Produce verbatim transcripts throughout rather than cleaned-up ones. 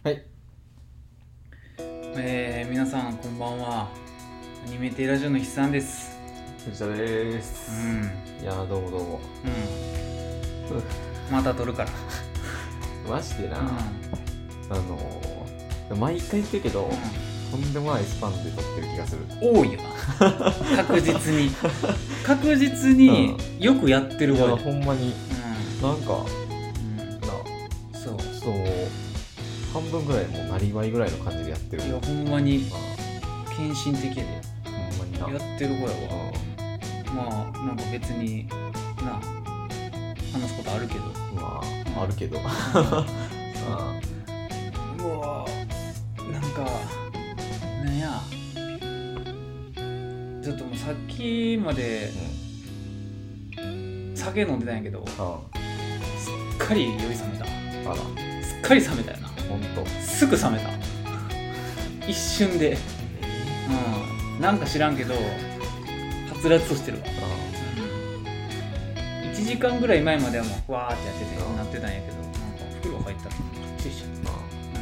はい。 えー、皆さんこんばんは。アニメテイラジオの筆さんです。 藤田です。 うん。 いやーどうもどうも。 うん。また撮るから。 マジでな、 うん、 あのー、毎回言ってるけど、うん、とんでもないスパンで撮ってる気がする。 多いよな。確実に。確実によくやってるわ、 うん。いやほんまに、うん、なんか、うん、な、 そう。 そう。半分ぐらいもうなりわいぐらいの感じでやってる。 いやほんまに献身的やで。 ほんまにな。 やってる子やわ。うん、まあなんか別にな話すことあるけど。 まあ、うん、あるけど。あうわなんかなんやちょっともうさっきまで、うん、酒飲んでたんやけど、ああすっかり酔い冷めた。あらすっかり冷めたよな。 ほんとすぐ冷めた一瞬で、うん、なんか知らんけどはつらつとしてるわ。うん、いちじかんぐらい前まではもうわーってやっててなってたんやけど、なんか風呂入ったらカッチリしちゃった。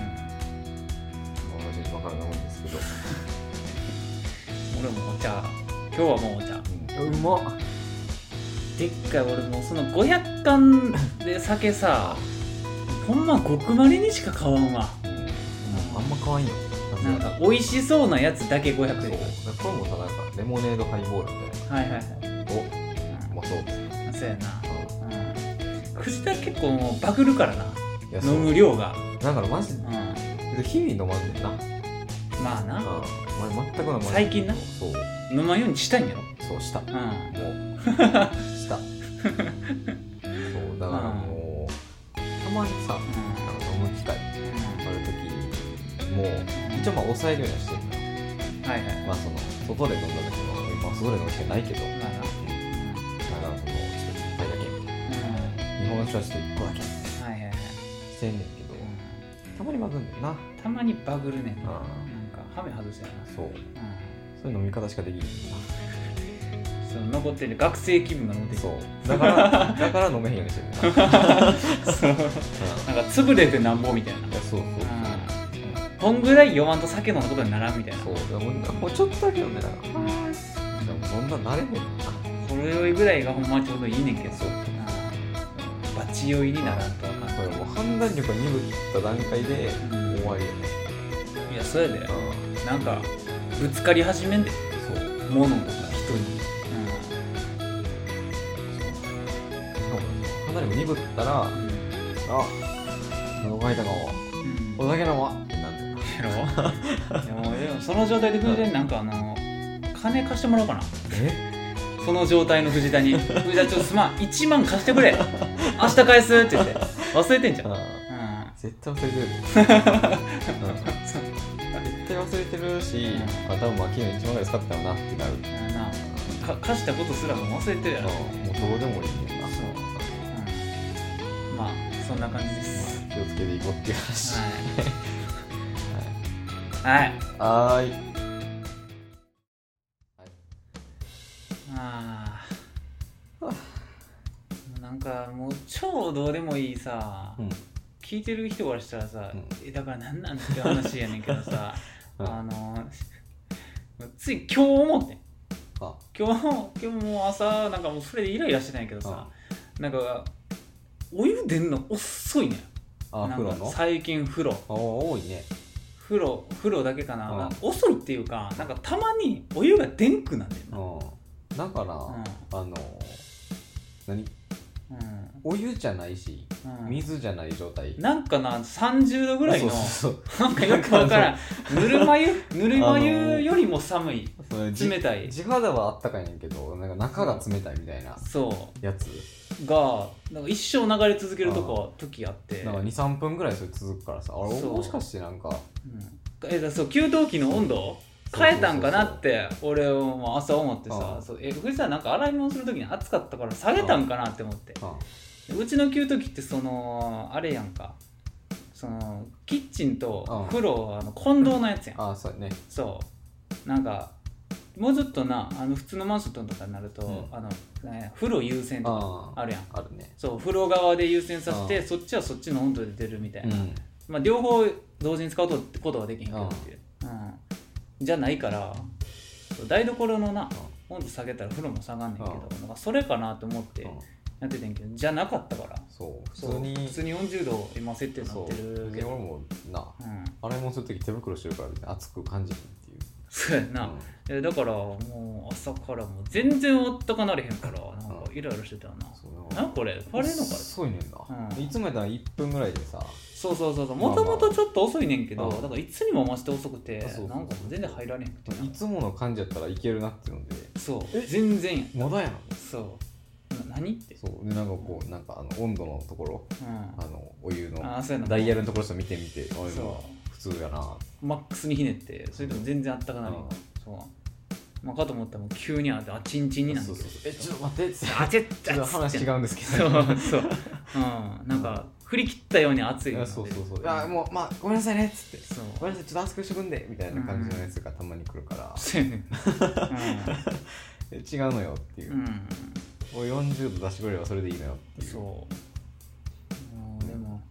私に分からないもんですけど俺もお茶今日はもうお茶、 うん、うまっでっかい。俺もうそのごひゃっかんで酒さほんまごくまれにしか買わんわ、うん、 あんま買わんよ。 なんか美味しそうなやつだけごひゃくえん。 そうこれもさなんかレモネードハイボールみたいな。はいはいはい。お、うまそう。 そうやな。うん。藤田結構もうバグるからな。飲む量が。 だからマジで、うん、日々飲まんねんな。 まあな。 ああ俺全く飲まん。 最近な。 そう。 飲まんようにしたいんやろ。 そうした。うん。もうした。そうだからもう、たまにさ、うん、飲む機会あるときにもう一応まあ抑えるようにはしてるから。はいはい。まあその外で飲んだ時も今は外で飲むしかないけど。まあな。うん。だからそのちょっと一杯だけ。うん。日本酒はちょっと一個だけ。はいはいはい。してんねんけど、うん、たまにバグんねんな。 たまにバグるねんな。なんかハメ外せやな。そう。うん。そういう飲み方しかできんねんな。 そう残ってる学生気分が残ってる。 そうだからだから飲めへんようにしてるな。そう。 なんか潰れてなんぼみたいな。いやそうそうそう。こんぐらい酔わんと酒飲むことにならんみたいな。 そうもう、もうちょっとだけ飲んでなかった。でもそんな慣れへんな。 ほろ酔いぐらいがほんまちょうどいいねんけど。そう。バチ酔いにならんとわかんない。 これもう判断力が鈍った段階で終わりやね。 いやそうやで。なんかぶつかり始めんで。そう。物とか人に。 かなりも鈍ったら、うん、あ、喉乾いたかも、お酒飲もうってなってやろ。いやもうでもその状態で藤田になんかあの金貸してもらおうかな。え？その状態の藤田に藤田ちょっとすまんいちまん貸してくれ明日返すって言って忘れてんじゃん。うん、 絶対忘れてる。絶対忘れてるし、うん、あ多分まあ昨日いちまんぐらい使ったよなってなる。なか貸したことすらも忘れてるやろ。もうどうでもいいねんな。 まあそんな感じです、 まあ、気をつけていこうっていう話。 はいはいはーい。 ああなんかもう超どうでもいいさ、うん、聞いてる人からしたらさ、うん、えだからなんなんって話やねんけどさ、うん、あのつい今日思ってん。あ今日今日も朝なんかもうそれでイライラしてたんやけどさ、なんかお湯出んの遅いねん。 あ風呂の最近風呂多いね。 風呂風呂だけかな、遅いっていうかなんかたまにお湯が出んくなんねんな。 だから、うん、あの何、うん、お湯じゃないし、うん、水じゃない状態なんかなさんじゅうどぐらいのそうそうそうなんかよくわからんぬるま湯ぬるま湯よりも寒い冷たい。 地肌はあったかいねんけどなんか中が冷たいみたいなやつがなんか一生流れ続けるとこ時あってなんか にさんぷんぐらいそれ続くからさあれもしかしてなんか、うん、 えだそう給湯器の温度変えたんかなって俺も朝思ってさ、そうえ藤さんなんか洗い物する時に暑かったから下げたんかなって思って、うちの給湯器ってそのあれやんかそのキッチンと風呂あの混同のやつやん。 あそうね。 そうなんかもうちょっとなあの普通のマンションとかになると、うん、あのね、風呂優先とかあるやん。 あるね。 そう風呂側で優先させてそっちはそっちの温度で出るみたいな、うん、まあ両方同時に使うことはできへんけどっていう、うん、じゃないから台所のな温度下げたら風呂も下がんねんけど、なんかそれかなと思ってやっててんけど、じゃなかったから。 そう普通に普通によんじゅうど今設定になってるけど、 俺もな、うん、洗い物するとき手袋してるから、ね、熱く感じるっていう。 そうやな、うん、だからもう朝からもう全然あったかなれへんから、なんかイライラしてたよな。そうなんこれ壊れんのかそういねんな、うん、いつもやったらいっぷんぐらいでさ。 そうそうそうそう、もともとちょっと遅いねんけど、まあまあ、だからいつにも増して遅くて、そうそうそう、なんかもう全然入られへんくて、 いつもの感じやったらいけるなっていうので、 そう全然やまだやな。 そうな何ってそうでなんかこうなんかあの温度のところ、うん、あのお湯のあそうやなダイヤルのところちょっと見てみて、あれ普通やな。 マックスにひねってそれでも全然あったかなるよ、うん、そうまあ、かと思ったらもう急にあってあチンチンになって、そうそうそう、 えちょっと待ってってあちっちょっと話違うんですけど、 そうそう、うん、なんか振り切ったように熱いので、 そうそうそう、いやもうまあごめんなさいねっつって、そうごめんなさいちょっと熱くしてくんでみたいな感じのやつがたまに来るから、そうやねん、うん、違うのよっていう、うん、もうよんじゅうど出してくれればそれでいいのよっていう。そう、 うん、でも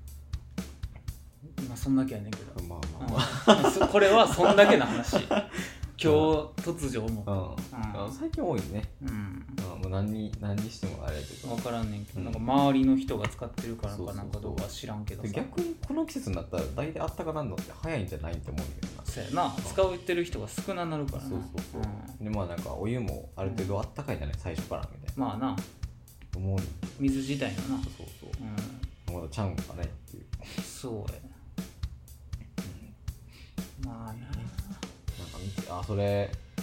まあそんだけやねんけど、 まあまあまあ、 うん、これはそんだけの話今日突如思った、 うんうん、最近多いね、うん、もう何に何にしてもあれやけど分からんねんけど、うん、なんか周りの人が使ってるからかなんかどうか知らんけどさ、 逆にこの季節になったら大体あったかなるのって早いんじゃないって思うんだけどな。 そうやな、うん、使ってる人が少ななるからな。そうそうそう、 うん、でまあなんかお湯もある程度あったかいじゃない、最初からみたいな。 まあな思う水自体のな、 そうそうそう、うん、まだちゃうんかねっていう。 そうや、うん、まあなあ、それ、うん、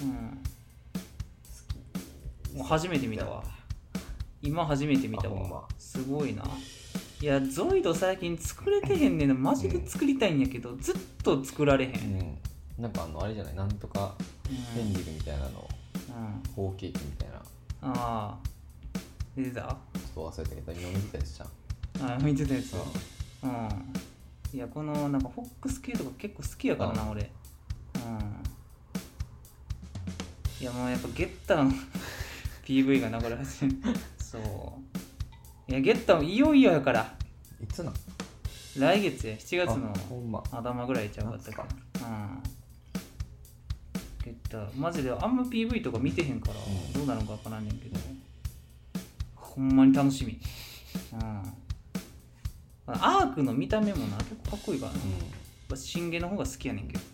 好き。もう初めて見たわ。今初めて見たわ、ま、すごいな。いやゾイド最近作れてへんねんな、マジで作りたいんやけど、うん、ずっと作られへん、 うん、なんかあのあれじゃない、なんとかペンディルみたいなの、うん、ホーケーキみたいな。 ああ出てた？ちょっと忘れたけど今見てたやつじゃん。 ああ見てたやつ、うん、うん、いやこのなんかフォックス系とか結構好きやからな、うん、俺、うん、いやもうやっぱゲッターのピーブイ が流れ始めるそういやゲッターもいよいよやから。 いつなの？ 来月やしちがつの頭ぐらいちゃうかったか、うん、ゲッターマジであんま ピーブイ とか見てへんからどうなるのかわからんねんけど、ほんまに楽しみ、うん、アークの見た目もな結構かっこいいからな、うん、シンゲの方が好きやねんけど、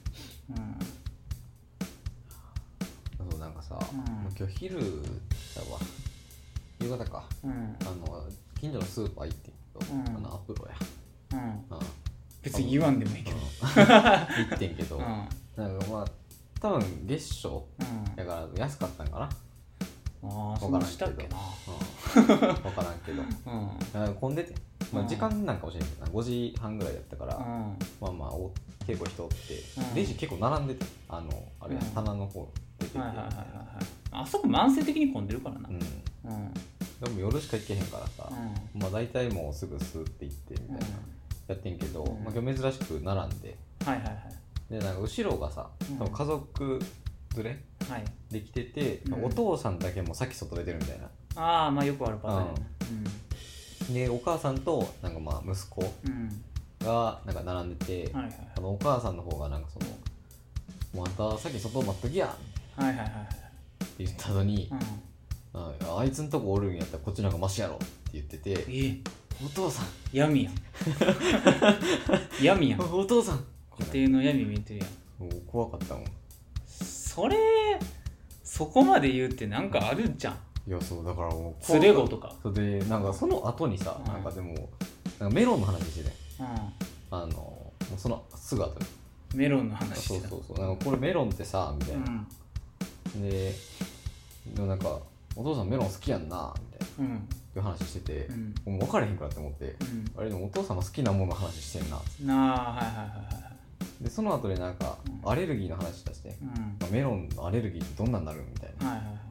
うん、そうなんかさ、うん、今日昼ちゃうわ夕方か、うん、あの近所のスーパー行ってんけど、うん、あのアプロや、うんうん、 別に言わんでもいいけど、うん、 行ってんけど、うん、なんかまあ多分月賞やから安かったんかな、 ああそうしたっけな、 うん、分からんけど、うん、混んでて、まあ、時間なんかもしれんけどごじはんぐらいやったから、うん、まあまあ結構人おって、うん、レジ結構並んでて、あのあれ、うん、棚の方出てて、はいはいはいはい、 あそこ慢性的に混んでるからな、うんうん、 でも夜しか行けへんからさ、うん、まあ大体もうすぐスーって行ってみたいな、うん、やってんけど、うん、まあ、今日珍しく並んで、はいはいはい、でなんか後ろがさ、うん、家族連れ、はい、できてて、うん、お父さんだけも先外出てるみたいな、 ああまあよくあるパターン、 うん、でお母さんとなんかまあ息子がなんか並んでて、うん、はいはい、あのお母さんの方がなんかそのもうあんた先外待っときやみたいな、はいはいはい、って言ったのに、うん、あ, あいつんとこおるんやったらこっちの方がマシやろって言ってて、えお父さん闇やん闇やんお父さん家庭の闇見えてるやん。 もう怖かったもん。 それそこまで言うってなんかあるんじゃん。 いやそうだからもう連れ子とかそれでなんかその後にさ、うん、なんかでもなんかメロンの話してね、うん、あのもうそのすぐ後にメロンの話してた。そうそうそうなんかこれメロンってさみたいな、うん、ででもなんかお父さんメロン好きやんなみたいな、うん、いう話してて、うん、もう分からへんかって思って、うん、あれでもお父さんの好きなものの話してんなってなあはいはいはいはいでその後でなんかアレルギーの話出して、うんまあ、メロンのアレルギーってどんなんなるみたいな、はいはいはい、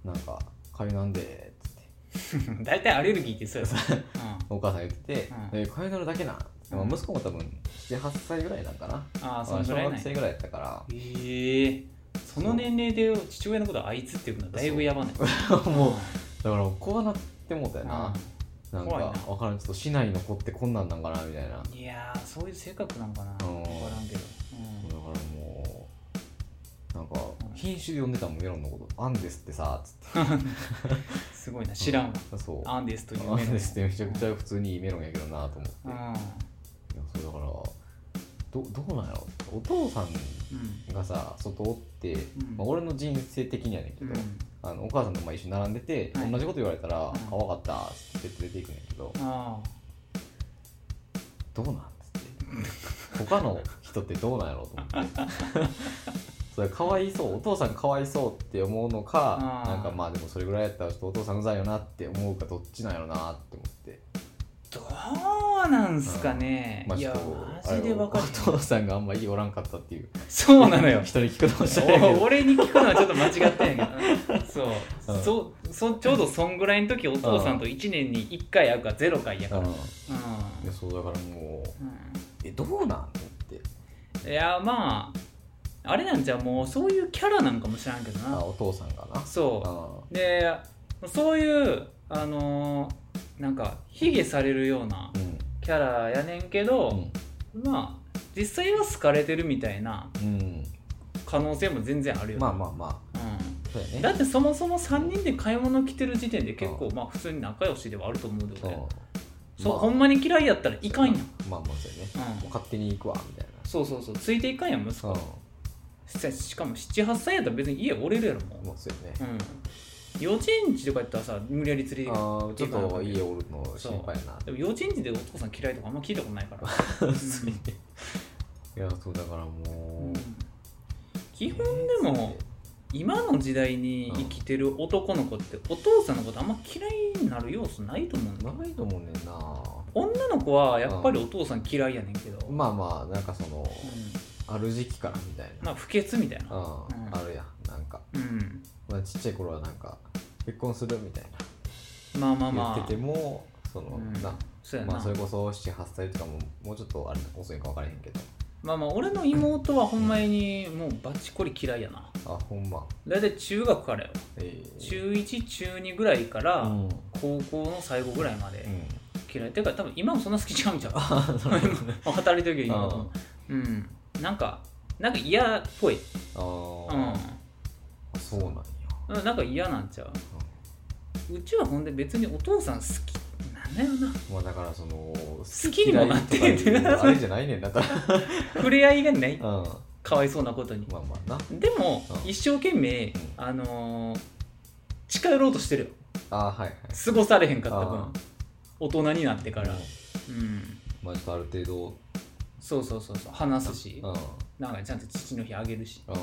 なんかかゆなんでって大体アレルギーってそうやさ、 うん、お母さん言ってて、うん、かゆなるだけな、うん、息子も多分ななはっさいぐらいなんかな、ああそのぐらい小学生ぐらいやったからへえー、その年齢で父親のことはあいつっていうのはだいぶやばないもうだからこうなってもうたよな、 なんか分からん、ちょっと市内の子ってこんなんなんかなみたいな。 いやーそういう性格なんかな、分からんけど、うん、 だからもうなんか品種で呼んでたもんメロンのこと、アンデスってさつってすごいな、知らんわ、 うん、そうアンデスというメロン、 アンデスってめちゃくちゃ普通にいいメロンやけどなと思って、うん、いやそうだからど, どうなんやろ、お父さんがさ、うん、外おって、うんまあ、俺の人生的にはねんけど、うん、あのお母さんとまあ一緒に並んでて、はい、同じこと言われたら、うん、あ分かったって出ていくねんけど、あどうなんつって他の人ってどうなんやろうと思ってそれかわいそう、お父さんかわいそうって思うのか、なんかまあでもそれぐらいやったらちょっとお父さんうざいよなって思うか、どっちなんやろなって思って、 どうなんすかね、うんまあ、いやマジで分かる。 お父さんがあんまりおらんかったっていう。 そうなのよ人に聞くのもしれないけど俺に聞くのはちょっと間違ってんやけどそう、うん、そそちょうどそんぐらいの時お父さんといちねんにいっかい会うかゼロかいやから、うんうん、いやそうだからもう、うん、えどうなんっていやまああれなんじゃもうそういうキャラなんかもしらんけどな、 あお父さんがな、 そうでそういうあのー、なんか卑下されるようなキャラやねんけど、うん、まあ実際は好かれてるみたいな可能性も全然あるよ、ね、 まあまあまあ、 うんそうやね、だってそもそもさんにんで買い物来てる時点で結構、うん、まあ普通に仲良しではあると思うで、俺そう、まあ、ほんまに嫌いやったらいかんやん、 まあまあそうやね、うん、勝手に行くわみたいな、 そうそうそうついていかんやん息子、うん、しかもななはっさいやったら別に家おれるやろもう、 まあそうやね、うん、 幼稚園児とかやったらさ無理やり連れて行く、 あちょっと家おるの心配やな。 でも幼稚園児でお父さん嫌いとかあんま聞いたことないからうん、いやそうだからもう、うん、 基本でも、えー、今の時代に生きてる男の子ってお父さんのことあんま嫌いになる要素ないと思うんだ。 ないと思うねんな。 女の子はやっぱりお父さん嫌いやねんけど、 うん、まあまあなんかその、うん、ある時期からみたいな、 まあ不潔みたいな、 うんうん、あるやんなんか、うんまあ、ちっちゃい頃はなんか結婚するみたいなまあまあまあ言っててもその、うん、なそ, まあ、それこそななはっさいとかももうちょっとあれ遅いか分からへんけど、 まあまあ俺の妹はほんまにもうバチコリ嫌いやな。 あほんまだいたい中学からよ、えー、中いち中にぐらいから高校の最後ぐらいまで嫌い、うん、てか多分今もそんな好きちゃうんちゃう働いてるけど今もうんなんかなんか嫌っぽい。ああ、うん、そうなんや。 なんか嫌なんちゃう、うん、うちはほんで別にお父さん好きなんだよな。 まあだからその好きにもなってるあれじゃないねんだから触れ合いがない、うん、かわいそうなことに。 まあまあな。 でも、うん、一生懸命、うん、あのー、近寄ろうとしてるよ。 あはいはい。 過ごされへんかった分大人になってから、うん、うん、 まあちょっとある程度そうそうそうそう話すし、うん、なんかちゃんと父の日あげるし、うん、うん、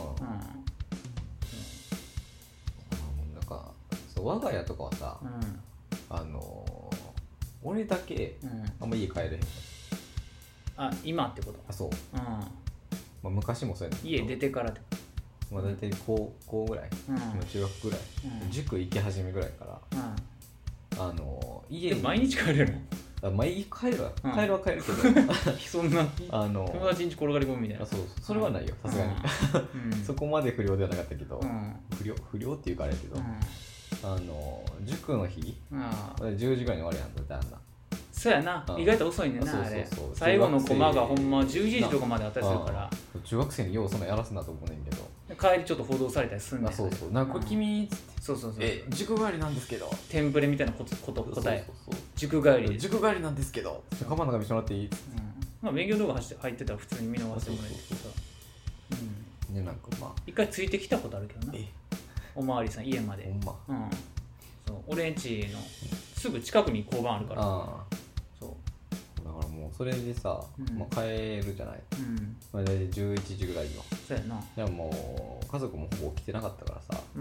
なんかそう我が家とかはさ、うん、あのー、俺だけ、うん、あんま家帰れへん。 あ今ってこと。 あそう、うんまあ、昔もそうやねん。 家出てからってまあ大体高校ぐらい、うん、今中学ぐらい、うん、塾行き始めぐらいから、うん、あのー、家に毎日帰れるの。毎日帰るわ、うん、帰るは帰るけどそんなあの友達んち転がり込むみたいな。 あそうそれはないよさすがに、うん、そこまで不良ではなかったけど、うん、不良不良っていうかあれやけど、うん、あの塾の日、うん、じゅうじぐらいに終わるやんだってあんな。 そうやな、うん、意外と遅いねんな。そうそうそうあれ最後のコマがほんまじゅういちじとかまであったりするから。 中学生にようそんなやらすなと思うねんけど帰りちょっと報道されたりすんねん。 あそうそうなんかこれ君っつって、 うん、そうそうそうえ塾帰りなんですけどテンプレみたいなこと答えそうそうそう塾帰り塾帰りなんですけどカバンの中見せてもらっていいっつって、 うんまあ、勉強動画入ってたら普通に見逃してもらえるけどさうんねなんかまあ一回ついてきたことあるけどなえおまわりさん家まで。 ほんま、 うん、そう俺んちのすぐ近くに交番あるから。あだからもうそれでさ、うんまあ、帰るじゃない、うんまあ、大体じゅういちじぐらいよ。 そうやな。 でももう家族もほぼ来てなかったからさ、うん、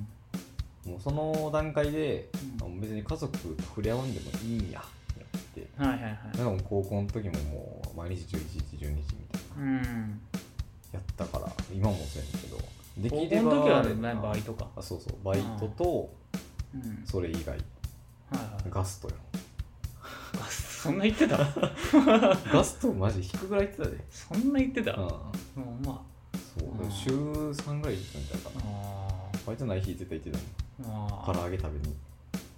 もうその段階で、うん、別に家族と触れ合わんでもいいんやって、はいはいはい、だからもう高校の時ももう毎日じゅういちじじゅうにじみたいな、うん、やったから今もそうやねんけどできれば高校の時はねバイトか。 あそうそうバイトと、うん、それ以外、はいはい、ガストよ。 ガストそんな言ってたガストマジ引くぐらい言ってたで。 そんな言ってた、うん、もうまあそう、週さんぐらい行ってたんちゃうかな。バイトない日絶対行ってたもん。唐揚げ食べに。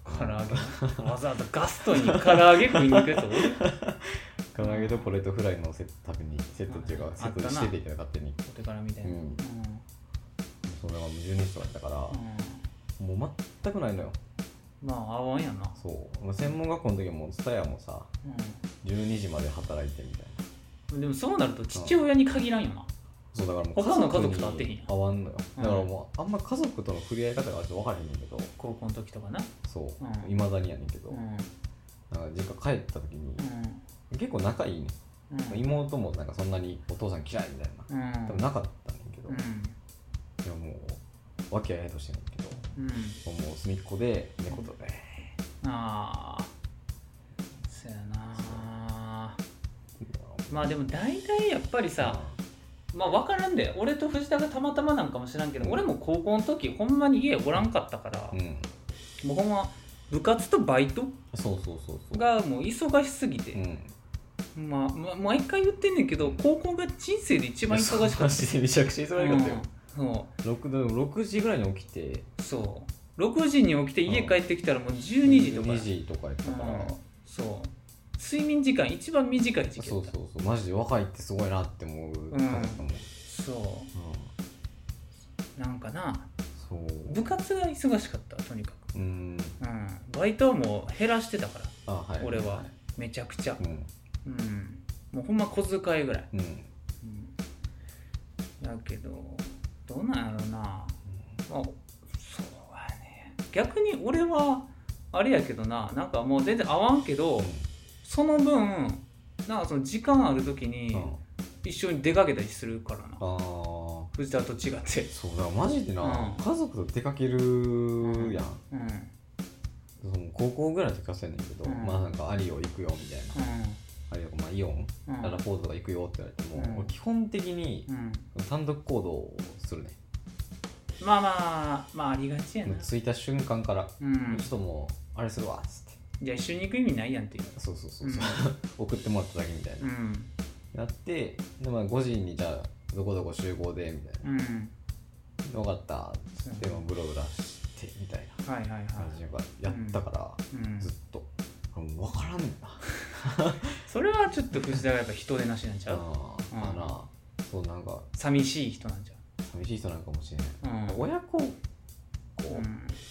唐揚げわざわざガストに唐揚げ食いに行くやつおる唐揚げとポテトフライのセット食べにセットっていうかセットにしてていただ勝手にポテカラみたいな、うんうん、 それがもうじゅうにじとかだったから、うん、もう全くないのよ。 まあ合わんやな。 そう専門学校の時もツタヤもさ、うん、じゅうにじまで働いてみたいな。 でもそうなると父親に限らんよな、うん、 そうだからもう他の家族と会ってへんやん。 合わんのよ、だからもうあんま家族との触れ合い方が分からへんねんけど、 高校の時とかな。 そういま、うん、だにやねんけど、うん、なんか実家帰った時に、うん、結構仲いいね、うん、妹もなんかそんなにお父さん嫌いみたいな、うん、多分なかったねんけど、うん、いやもう和気あいあいとしてんねんけど、うん、もう隅っこで猫とね、うん、ああそやな。 まあでも大体やっぱりさ、うん、まあ分からんで、俺と藤田がたまたまなんかも知らんけど、うん、俺も高校の時ほんまに家おらんかったから、うん、もうほんま部活とバイトがもう忙しすぎて、うん、まあ、まあ、毎回言ってんねんけど、高校が人生で一番忙しかった。 めちゃくちゃ忙しかったよ、 うん、そう 6, ろくじぐらいに起きて、 そうろくじに起きて家帰ってきたらもうじゅうにじとか、 にじとかやったから、うん、 そう睡眠時間一番短い時期だった。 そうそうそう、マジで若いってすごいなって思う感じだったもん、うん、 そう、うん、なんかな、そう部活が忙しかったとにかく、うん、うん、バイトはもう減らしてたから、あ、はい、俺は、はい、めちゃくちゃ、うんうん、もうほんま小遣いぐらい、うんうん、だけどどうなんやろな、うん、まあ、そうやね、逆に俺はあれやけどな、なんかもう全然合わんけど、うん、その分なんかその時間ある時に一緒に出かけたりするからな、あ、藤田と違って。 そうだ、マジでな、うん、家族と出かけるやん、うんうん、その高校ぐらいの時はそうやねんけど、うん、まあなんかアリオ行くよみたいな、うん、あるいはまあイオン、うん、ララポートとか行くよって言われても、うん、俺基本的に単独行動するね、 うん、まあまあまあありがちやな。 着いた瞬間から、うん、ちょっともうあれするわっつって、 じゃあ一緒に行く意味ないやんっていう。 そうそうそうそう、うん、送ってもらっただけみたいな、うん、やってで、まあ、ごじにじゃあどこどこ集合でみたいな、うん、分かったってブロブラしてみたいな感じがやったから、うん、ずっと分からんねんなそれはちょっと藤田がやっぱ人でなしなんちゃう。 あ、うん、かな、そうなんか寂しい人なんちゃう。 寂しい人なんかもしれない、うん、親子こう、うん、分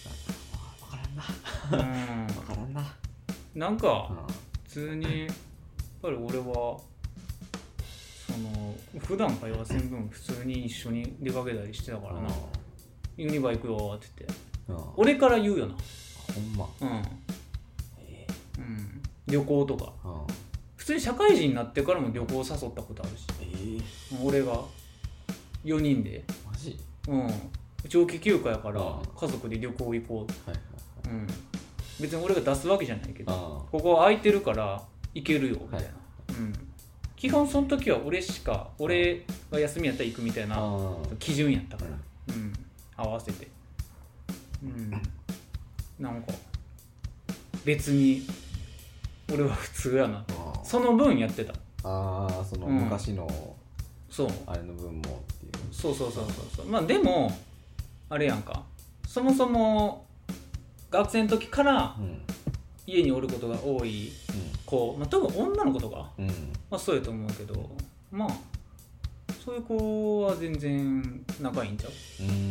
からんな分からんな、 なんか、うん、普通にやっぱり俺はその普段会話せん分普通に一緒に出かけたりしてたからな、うん、ユニバ行くよって言って、うん、俺から言うよな、 ほんま、 うん、えーうん、旅行とか、うん、普通に社会人になってからも旅行誘ったことあるし、えー、俺がよにんで、 マジ、 うん、長期休暇やから家族で旅行行こうって、はいはいはい、うん、別に俺が出すわけじゃないけど、ここ空いてるから行けるよみたいな、はい、うん、基本その時は俺しか、俺が休みやったら行くみたいな基準やったから、うん、合わせて、うん、なんか別に俺は普通やな、その分やってた。 ああ、その昔の、うん、そうあれの分もっていう。 そうそうそうそうそう。まあでもあれやんか、そもそも学生の時から家におることが多い子、まあ、特に女の子とか、うん、まあ、そうやと思うけど、まあそういう子は全然仲いいんちゃう。うーん、うん、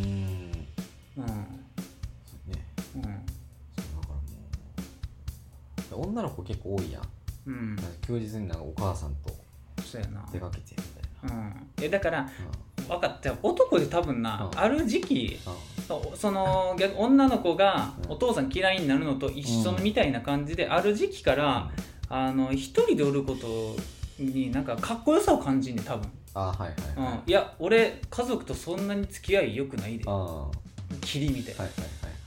そうね、うん、そうだからもう女の子結構多いやん、うん、休日になんかお母さんと出かけてみたいな、うん、 えだから、うん、分かった、男で多分な、うん、ある時期、うん、その女の子がお父さん嫌いになるのと一緒みたいな感じで、うん、ある時期から、うん、あの一人でおることになんかかっこよさを感じんね多分。 あ、はいはいはい、 うん、いや俺家族とそんなに付き合い良くないで、キリみたいな、はいはいはいはい、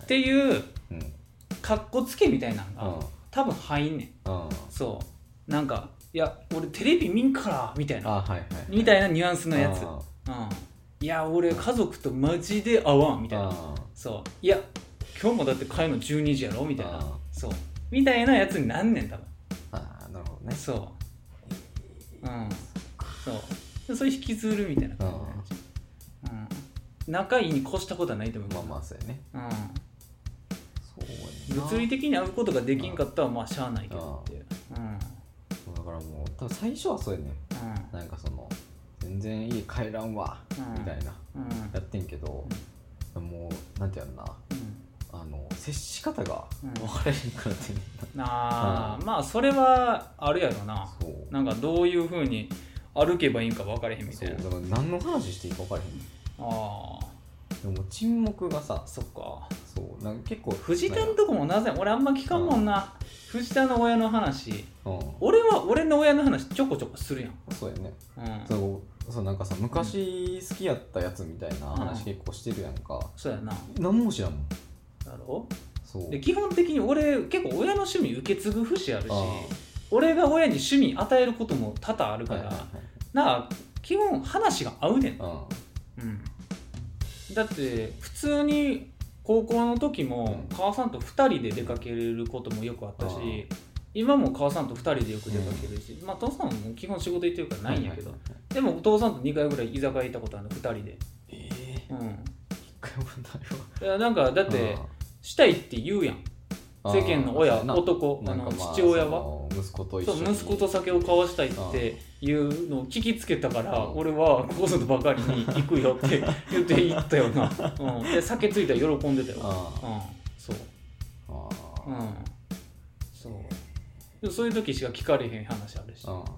っていう、うん、かっこつけみたいなのが、うん、多分入んねん、うん、そうなんかいや俺テレビ見んからみたいな、はいはいはい、みたいなニュアンスのやつ、うん、いや俺家族とマジで合わんみたいな、そういや今日もだって帰るのじゅうにじやろみたいな、そうみたいなやつになんねん多分。 あ、なるほどね。 そう、うん、そうそういう引きずるみたいな感じ、うん、仲いいに越したことはないと思う。 まあまあそうやね、うん、そうやね。 物理的に会うことができんかったらまあしゃあないけどって、うん、 だからもう多分最初はそうやね、うん、なんかその全然家帰らんわ、うん、みたいな、うん、やってんけど、うん、もうなんてやんな、うん、あの接し方が分かれへんくなってんねんな、 あ、うん、まあそれはあるやろな。そうなんかどういう風に歩けばいいんか分かれへんみたいな。 そうだから何の話していいか分かれへん。ああでも沈黙がさ、 そっか、 そうなんか結構藤田のとこもなぜ俺あんま聞かんもんな、うん、藤田の親の話、うん、俺は俺の親の話ちょこちょこするやん。 そうやね、うん、そうそうなんかさ昔好きやったやつみたいな話結構してるやんか、うん、 そうやな、 何も知らんもん。 だろそうで基本的に俺結構親の趣味受け継ぐ節あるし、俺が親に趣味与えることも多々あるから、はいはいはい、なんか基本話が合うねん、うん、うんだって普通に高校の時も母さんとふたりで出かけることもよくあったし、うん、今も母さんとふたりでよく出かけるし、うん、まあ父さんも基本仕事行ってるからないんやけど、はいはいはい、でも父さんとにかいぐらい居酒屋行ったことあるのふたりで。ええー、うん。いっかいもないわ。いやなんかだってしたいって言うやん。世間の親、男、あの、まあ、父親は息子と一緒にそう息子と酒を交わしたいっていうのを聞きつけたから、俺はここぞとばかりに行くよって言って行ったよな、うん、で酒ついたら喜んでたよ、うん、そうあ、うん、そうそういう時しか聞かれへん話あるし、うん、なんか、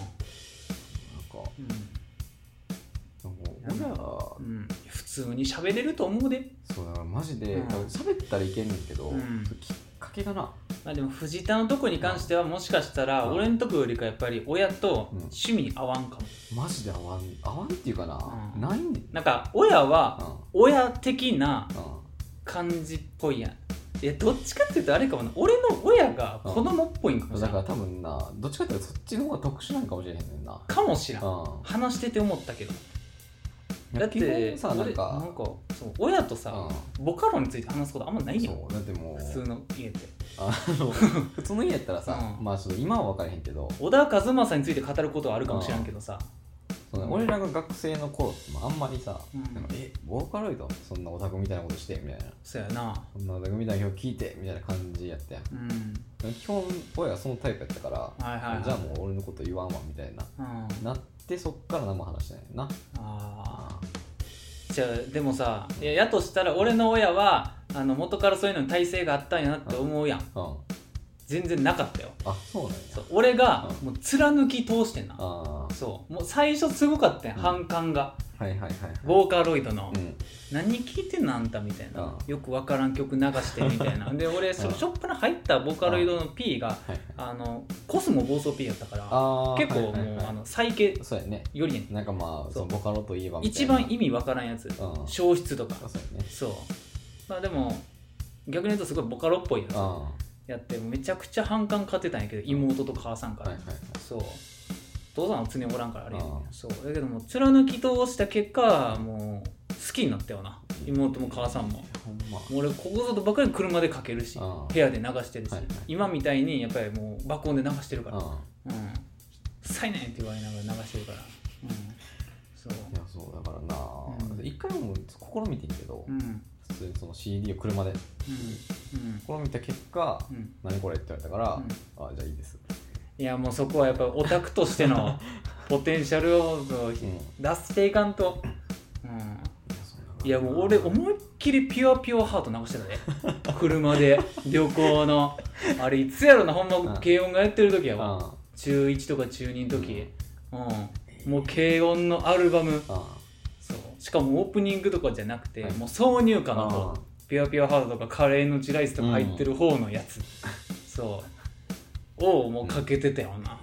うん、俺は、うん、普通に喋れると思うで。 そうだからマジで喋、うん、ったらいけんねんけど、うん、きっかけがな。 まあでも藤田のとこに関してはもしかしたら俺のとこよりかやっぱり親と趣味合わんかも、 うん、マジで合わん合わんっていうかな、うん、ないねん。 なんか親は親的な感じっぽいやん。いやどっちかっていうとあれかもな、俺の親が子供っぽいんかもしれない、 うん、だから多分などっちかっていうとそっちの方が特殊なんかもしれへんねんな。 かもしらん、うん、話してて思ったけど。だってさなんかなんかそう親とさ、うん、ボカロについて話すことあんまないやん。 そうだってもう普通の家ってあの普通の家やったらさ、うん、まあちょっと今は分からへんけど小田和正について語ることはあるかもしれんけどさ、 うんそうね、俺らが学生の頃ってあんまりさ、うん、なんかえボーカロイドそんなオタクみたいなことしてみたいな、 そうやな、 そんなオタクみたいな曲聞いてみたいな感じやったやん、うん、基本親はそのタイプやったから、はいはいはい、じゃあもう俺のこと言わんわみたいな、うん、なってそっから何も話してないな。ああじゃあでもさ、いややとしたら俺の親はあの元からそういうのに耐性があったんやなって思うやん、うん、全然なかったよ。 あ、そうなんや。 そう俺がもう貫き通してんな、うん、そうもう最初すごかったん、うん、反感が、はいはいはいはい、ボーカロイドの、うん、何聴いてんのあんたみたいな、うん、よくわからん曲流してみたいなで俺そのショップに入ったボーカロイドの P が、うん、あのコスモ暴走 P やったから結構もう、はいはいはい、あの再系よりやねん。なんかまあそのボカロといえばみたいな一番意味わからんやつ、うん、消失とかそう、ね、そうまあでも逆に言うとすごいボカロっぽいやつやってめちゃくちゃ反感買ってたんやけど妹と母さんから、はいはいはい、そう父さんは常におらんからあれやねんそうだけども貫き通した結果もう好きになったよな妹も母さんも、ほんまもう俺ここぞとばかり車でかけるし部屋で流してるし、はいはい、今みたいにやっぱりもう爆音で流してるからうんさいねんって言われながら流してるからうんそういやそうだからな、うん、一回も試みてんけど、うん、普通にその シーディー を車で、うんうん、試みた結果、うん、何これって言われたから、うん、あじゃあいいですいやもうそこはやっぱオタクとしてのポテンシャルを出していかんと、うん、いやもう俺思いっきりピュアピュアハート流してたね車で旅行のあれいつやろなほんま軽音がやってる時やわちゅういちとかちゅうにの時、うんうん、もう軽音のアルバムそうしかもオープニングとかじゃなくて、はい、もう挿入歌の方ピュアピュアハートとかカレーのチライスとか入ってる方のやつ、うん、そうをもうかけてたよな、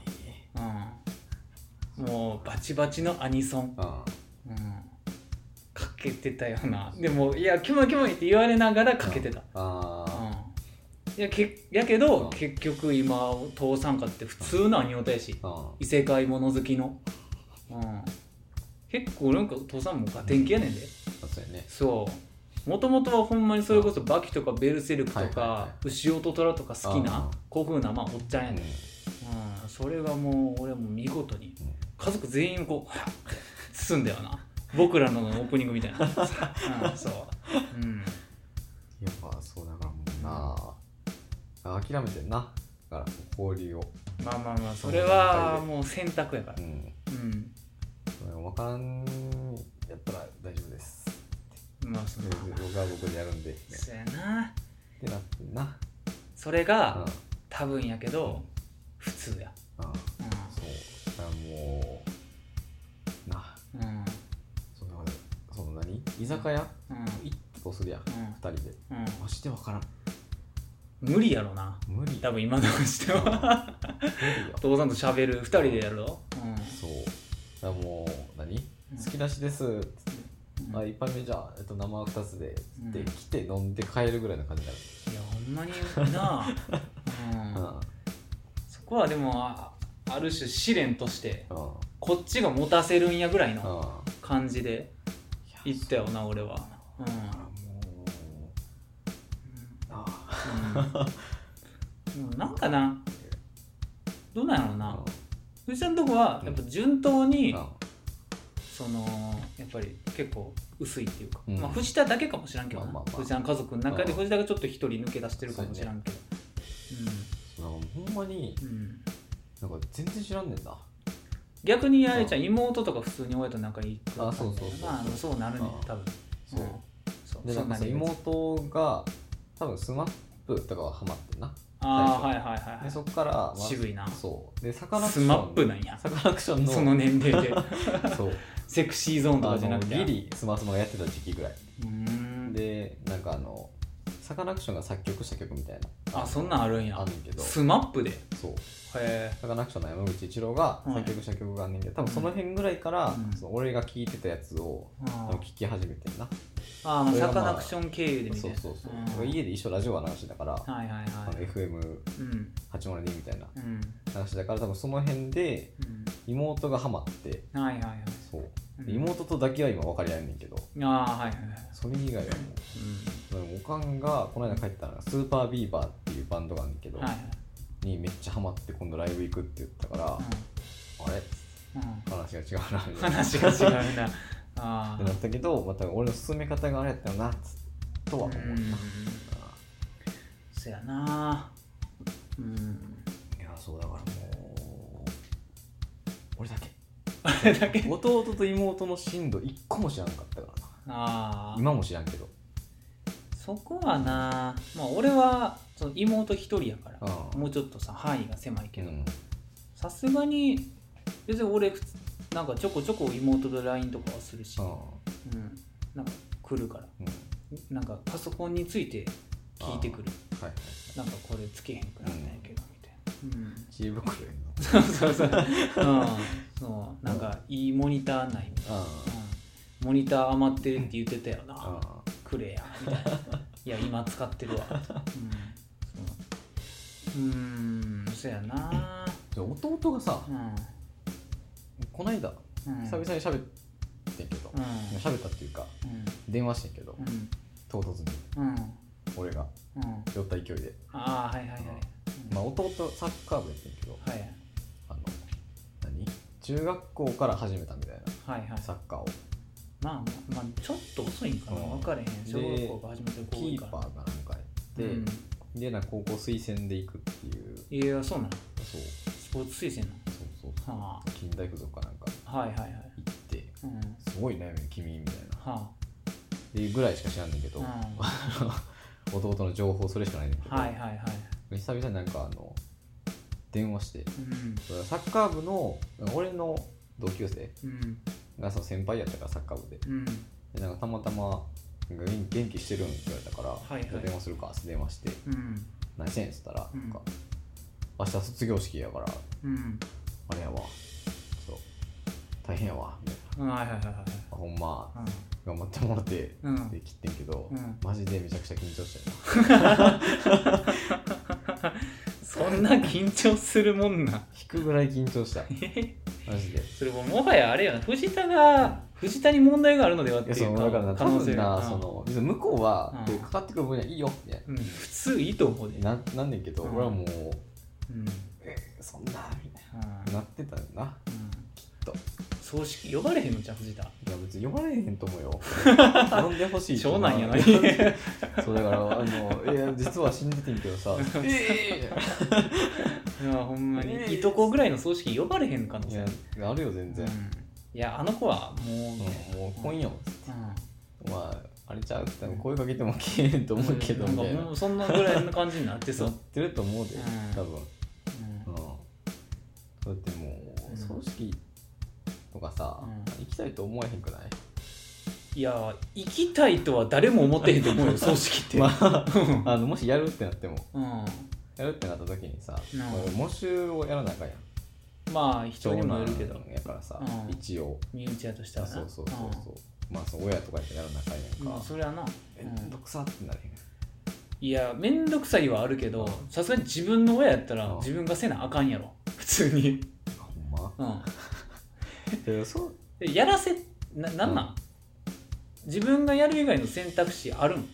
うん、もうバチバチのアニソン、うん、かけてたよな。でもいやキモいキモいって言われながらかけてた、あ、うん、いやけやけど、うん、結局今父さんかって普通のアニオタやし、うん、異世界もの好きの、うん、結構なんか父さんもガテンキやねんで、 そうやね、 そうもともとはほんまにそれこそバキとかベルセルクとか牛音虎とか好きな古風なまあおっちゃんやねん、うん、それがもう俺も見事に家族全員こうはっ包んだよな僕らのオープニングみたいな、うん、そう、うん、 やっぱそうだからもうな諦めてんなだから交流をまあまあまあそれはもう選択やから。 うんうん分からんやったら大丈夫ですまあその僕は僕でやるんでそうやなってなってんなそれが、 うん、 多分やけど、うん、普通やああ、うん、そうだからもうなうんそのその何居酒屋、うん、行ったとするやん、うん、ふたりで、うん、マジで分からん無理やろな無理多分今のしては父さんと喋るふたりでやるの、うん、 そうだからもう何、うん、好き出しですっつって、うん、あ一杯目じゃあ、えっと、生ふたつで、うん、で来て飲んで帰るぐらいの感じになるいやほんまになあ、うんうん、そこはでも あ, ある種試練として、うん、こっちが持たせるんやぐらいの感じで言ったよな俺は、うんうん、なんかなどうなんやろうな藤田のとこはやっぱ順当に、うん、そのやっぱり結構薄いっていうか、うんまあ、藤田だけかもしらんけどな、まあまあまあ、藤田の家族の中で藤田がちょっと一人抜け出してるかもしらんけど、 うん、なんかほんまに、うん、なんか全然知らんねんな逆にあれじゃん妹とか普通に親と仲いいあそうそうそうまあそうなるね多分そう、うん、 そうでなんか妹が多分スマップとかはハマってんなああはいはいはい、はい、 でそっから、まあ、 渋いなそうでサカナクションスマップなんやサカナクションのその年齢でそうセクシーゾーンとかじゃなくてギリスマスマがやってた時期ぐらいうーんでなんかあのサカナクションが作曲した曲みたいなあそんなんあるんやあんねんけどスマップでそうへサカナクションの山口一郎が作曲した曲があんねんけど、はい、多分その辺ぐらいから、うん、その俺が聴いてたやつを聴き始めてんなあ、まあ、サカナクション経由でみたいなそうそうそう、うん、家で一緒ラジオは流してたから、はいはいはい、あの エフエムはちじゅうに みたいな話だから多分その辺で妹がハマって、うん、はいはいはいそううん、妹とだけは今分かり合えんねんけどあ、はいはいはい、それ以外はもう、うん、おかんがこの間帰ったのがスーパービーバーっていうバンドがあるんだけど、はいはい、にめっちゃハマって今度ライブ行くって言ったから、うん、あれ、うん、話が違うなみたいな話が違うなあってなったけどまた俺の進め方があれやったよなとは思うな、うん、 そやなうんいやそうだからもう俺だけあれだけ弟と妹の進度いっこも知らんかったからなあ今も知らんけどそこはなまあ俺はその妹一人やからもうちょっとさ範囲が狭いけどさすがに別に俺なんかちょこちょこ妹と ライン とかはするし、うん、なんか来るから、うん、なんかパソコンについて聞いてくる、はいはい、なんかこれつけへんくなったんやけど、うん、みたいな、うん、 知恵袋やのそうそうそう、うん、そうなんかいいモニターないみたいな、うん、モニター余ってるって言ってたよなくれやみたいないや今使ってるわうん、うーんそやな弟がさ、うんこないだ、うん、久々に喋ってんけど、うん、喋ったっていうか、うん、電話してんけど、うん、唐突に、うん、俺が、うん、酔った勢いでああはいはいはい、 うんまあ、弟サッカー部やってんけど、はい、あの何中学校から始めたみたいな、はいはい、サッカーをまあまあちょっと遅いんかな、うん、分かれへん小学校から始めてる子キーパーがなんかやって、うん、でなんか高校推薦で行くっていういやそうなのそうスポーツ推薦なのそうそうそう、はあ、近代付属かなんか行って、はいはいはいうん、すごいね君みたいな、はあ、っていうぐらいしか知らんねんけど、うん、弟の情報それしかないねんけど、はいはいはい、久々になんかあの電話して、うん、サッカー部の俺の同級生がその先輩やったからサッカー部で、うん、でなんかたまたま元気してるんって言われたから、はいはい、じゃあ電話するかって電話して、うん、何してんっつったら、うん、なんか明日卒業式やから、うん、あれやわそう大変やわみたいな、はいはいはいはい、ほんま、うん、頑張ってもらって、うん、で切ってんけど、うん、マジでめちゃくちゃ緊張したよそんな緊張するもんな引くぐらい緊張したマジでそれももはやあれやな藤田が藤田に問題があるのではっていうかだから多分なその向こうは、うん、かかってくる分にはいいよみたいな、 うん、普通いいと思うでな, なんねんけど、うん、俺はもう、うん、えそんなみたいな、うん、なってたよな、うん、きっと葬式呼ばれへんのじゃん藤田。いや別に呼ばれへんと思うよ呼んでほしい長男やなそうだからあのいや実は死んでてんけどさええー、いやほんまに、えー、いとこぐらいの葬式呼ばれへんかのいやあるよ全然、うん、 いやあの子はもう、 ね、うん、もう今夜もっつって、うん、まああれちゃうって声かけても消えへんと思うけど、うん、 なんかもうそんなぐらいの感じになってさなってると思うで、うん、多分、うんうん、だってもう葬式とかさ、うん、行きたいと思えへんくない？ いや行きたいとは誰も思ってへんと思うよ葬式って、まあ、あのもしやるってなっても、うん、やるってなった時にさ、うん、喪主をやらなあかんやん。 まあ人にもよるけどやからさ、うん、一応身内やとしたらなそうそうそうそう、うん、まあその親とかやってやらなあかんやんか、 まあ、それはなめんどくさってなれへん。 いやめんどくさいはあるけどさすがに自分の親やったら自分がせなあかんやろ普通に。 ほんま？うんそうやらせな、なんなん、うん、自分がやる以外の選択肢あるん？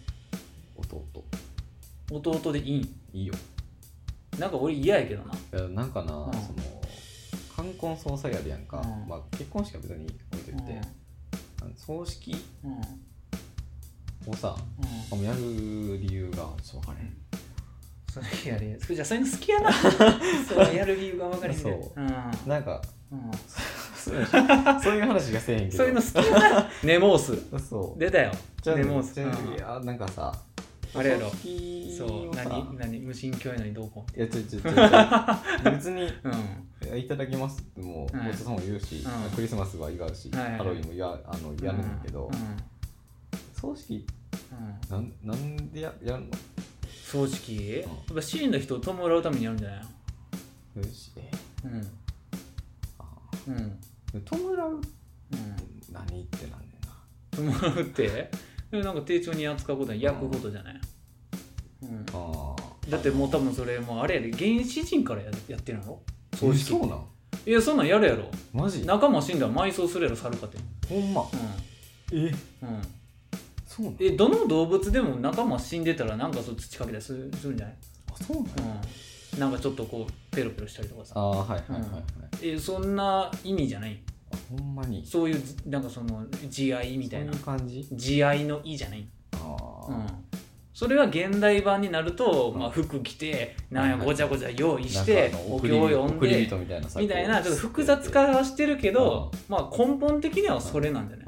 弟弟でいいん？ いいよ。 なんか俺嫌やけどな。 いやなんかな、うん、その冠婚葬祭やるやんか、うん、まあ結婚式は別に置いといて、うん、葬式、うん、をさ、うん、やる理由がちょっと分からへん。 それやるじゃあそういうの好きやなそうやる理由が分かれへん。そう、 うん、なんか、うん、そういう話がせえへんけどそういうの好きやなネモースそう出たよネモース。いやなんかさあれやろそう何何無神教やのにどうこういやちょちょちょ別に、うん、いただきますってもう、はい、ごちそうさんも言うし、うん、クリスマスは祝うし、はいはい、ハロウィンもやあのやるんだけど、うんうん、葬式、うん、な, なんで や, やるの葬式、うん、やっぱ死んだ人を弔うためにやるんじゃないの？ よしうんあうん弔う、うん、何ってなんねんな弔うってなんか丁重に扱うことは焼くことじゃない、うん、あだってもう多分それもうあれやで原始人から や, やってるの葬式そうなん？ いやそんなんやるやろマジ？ 仲間死んだら埋葬するやろ猿かってほんま、うん、えうんそうなん？ えどの動物でも仲間死んでたらなんかそう土かけたりするんじゃない？ あそうなん、 うん、なんかちょっとこうペロペロしたりとかさあはいはいはいはい、うん、 えそんな意味じゃない？ ほんまにそういうなんかその慈愛みたいなそういう感じ？ 慈愛の意じゃない？あ、うん、それは現代版になると、うんまあ、服着てなんやごちゃごちゃ用意してお経を読んでみたいなみたいなちょっと複雑化はしてるけど、まあ、根本的にはそれなんじゃない？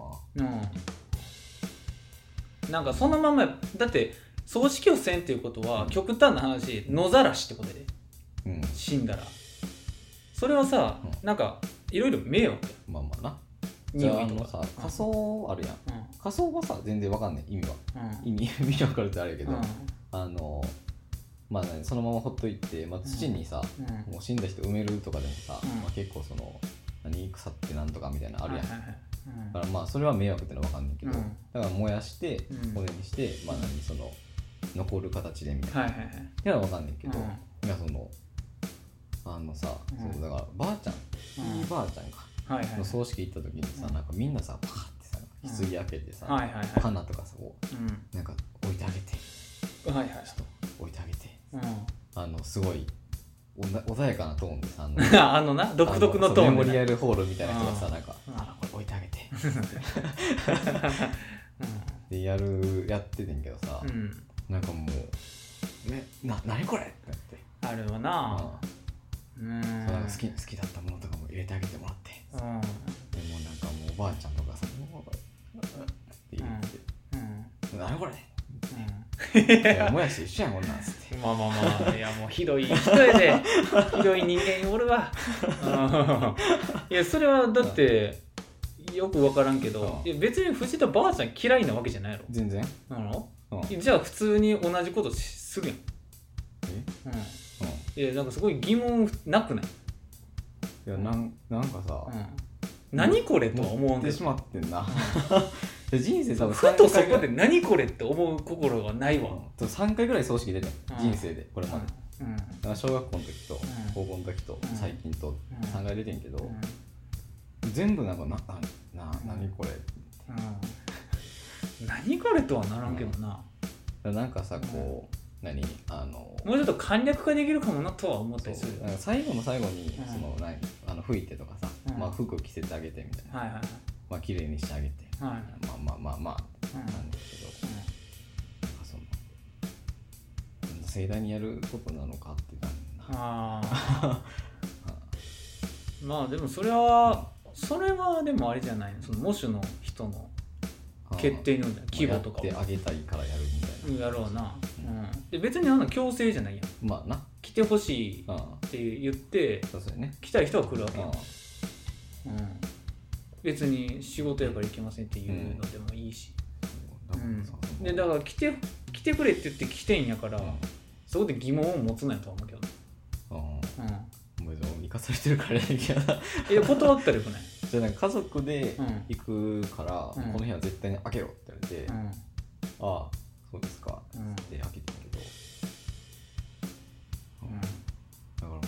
うん、なんかそのままだって葬式をせんっていうことは、うん、極端な話野ざらしってことで、うん、死んだらそれはさ、うん、なんかいろいろ迷惑まあまあなじゃああのさ仮装あるやん、うん、仮装はさ全然わかんない意味は、うん、意味意味わかるってあれやけど、うん、あのまあ、ね、そのままほっといて、まあ、土にさ、うん、もう死んだ人埋めるとかでもさ、うんまあ、結構その何腐ってなんとかみたいなのあるやん、はいはいはいうん、だからまあそれは迷惑ってのはわかんないけど、うん、だから燃やして骨にして、うん、まあ何その残る形でみたいな、はいはいはい、ってのはわかんないけど、うん、いやそのあのさ、うん、そうだからばあちゃん、うん、いいばあちゃんか、はいはいはい、の葬式行った時にさ、うん、なんかみんなさパーってさ棺開けてさ、うんはいはいはい、花とかさこう、うん、なんか置いてあげて、はいはい、ちょっと置いてあげて、うん、あのすごい穏やかなトーンでさあのあのな独特のトーンメモリアルホールみたいな人がさなんか、うん、あこれ置いてあげてでやるやっててんけどさ、うん、なんかもうねな何これってなってあれはな、 うん、うん好き好きだったものとかも入れてあげてもらって、うん、でもなんかもうおばあちゃんとかさもうって言って、うんうん、何これいやもやし一緒やんこんなんつってまあまあまあいやもうひどい人やでひどい人間おるわいやそれはだってよく分からんけど、いや別に藤田ばあちゃん嫌いなわけじゃないやろ全然なの、うん、じゃあ普通に同じことするやんえ、うんうん、いやなんかすごい疑問なくない？ いやなんなんかさ、うん、 何これとは思うんでしまってんな人生多分ふとそこで何これって思う心はないわ、 うん、さんかいぐらい葬式出てん、うん、人生でこれまで、うん、だから小学校の時と、うん、高校の時と、うん、最近とさんかい出てんけど、うん、全部なんかななな何これ、うん、 何これとはならんけどな、 うん、なんかさこう、 何あのもうちょっと簡略化できるかもなとは思ったりする。 最後の最後に、 うん、 その何あの拭いてとかさ、うん、まあ、服着せてあげてみたいな、 はいはいはい、 まあ綺麗にしてあげて、はい、まあまあまあまあ、うん、なんだけど、うん、なんかその盛大にやることなのかって感じな。あまあでもそれはそれはでもあれじゃないの、そのモシュの人の決定の規模とかをやってあげたいからやるみたいな。 やろうな、うんうん、で別にあんな強制じゃないやん。 まあな、 来てほしいって言って、 そうそうね、 来たい人は来るわけやん、うん、別に仕事やから行けませんっていうのでもいいし、うんうん、でだから来て来てくれって言って来てんやから、うん、そこで疑問を持つなよとは思うけど、 うんうん、生かされてるからやけどいや断ったらよくない？ じゃあなんか家族で行くから、うん、この部屋絶対に開けろって言われて、うん、ああそうですかって開けてるけど、うんうん、だからもう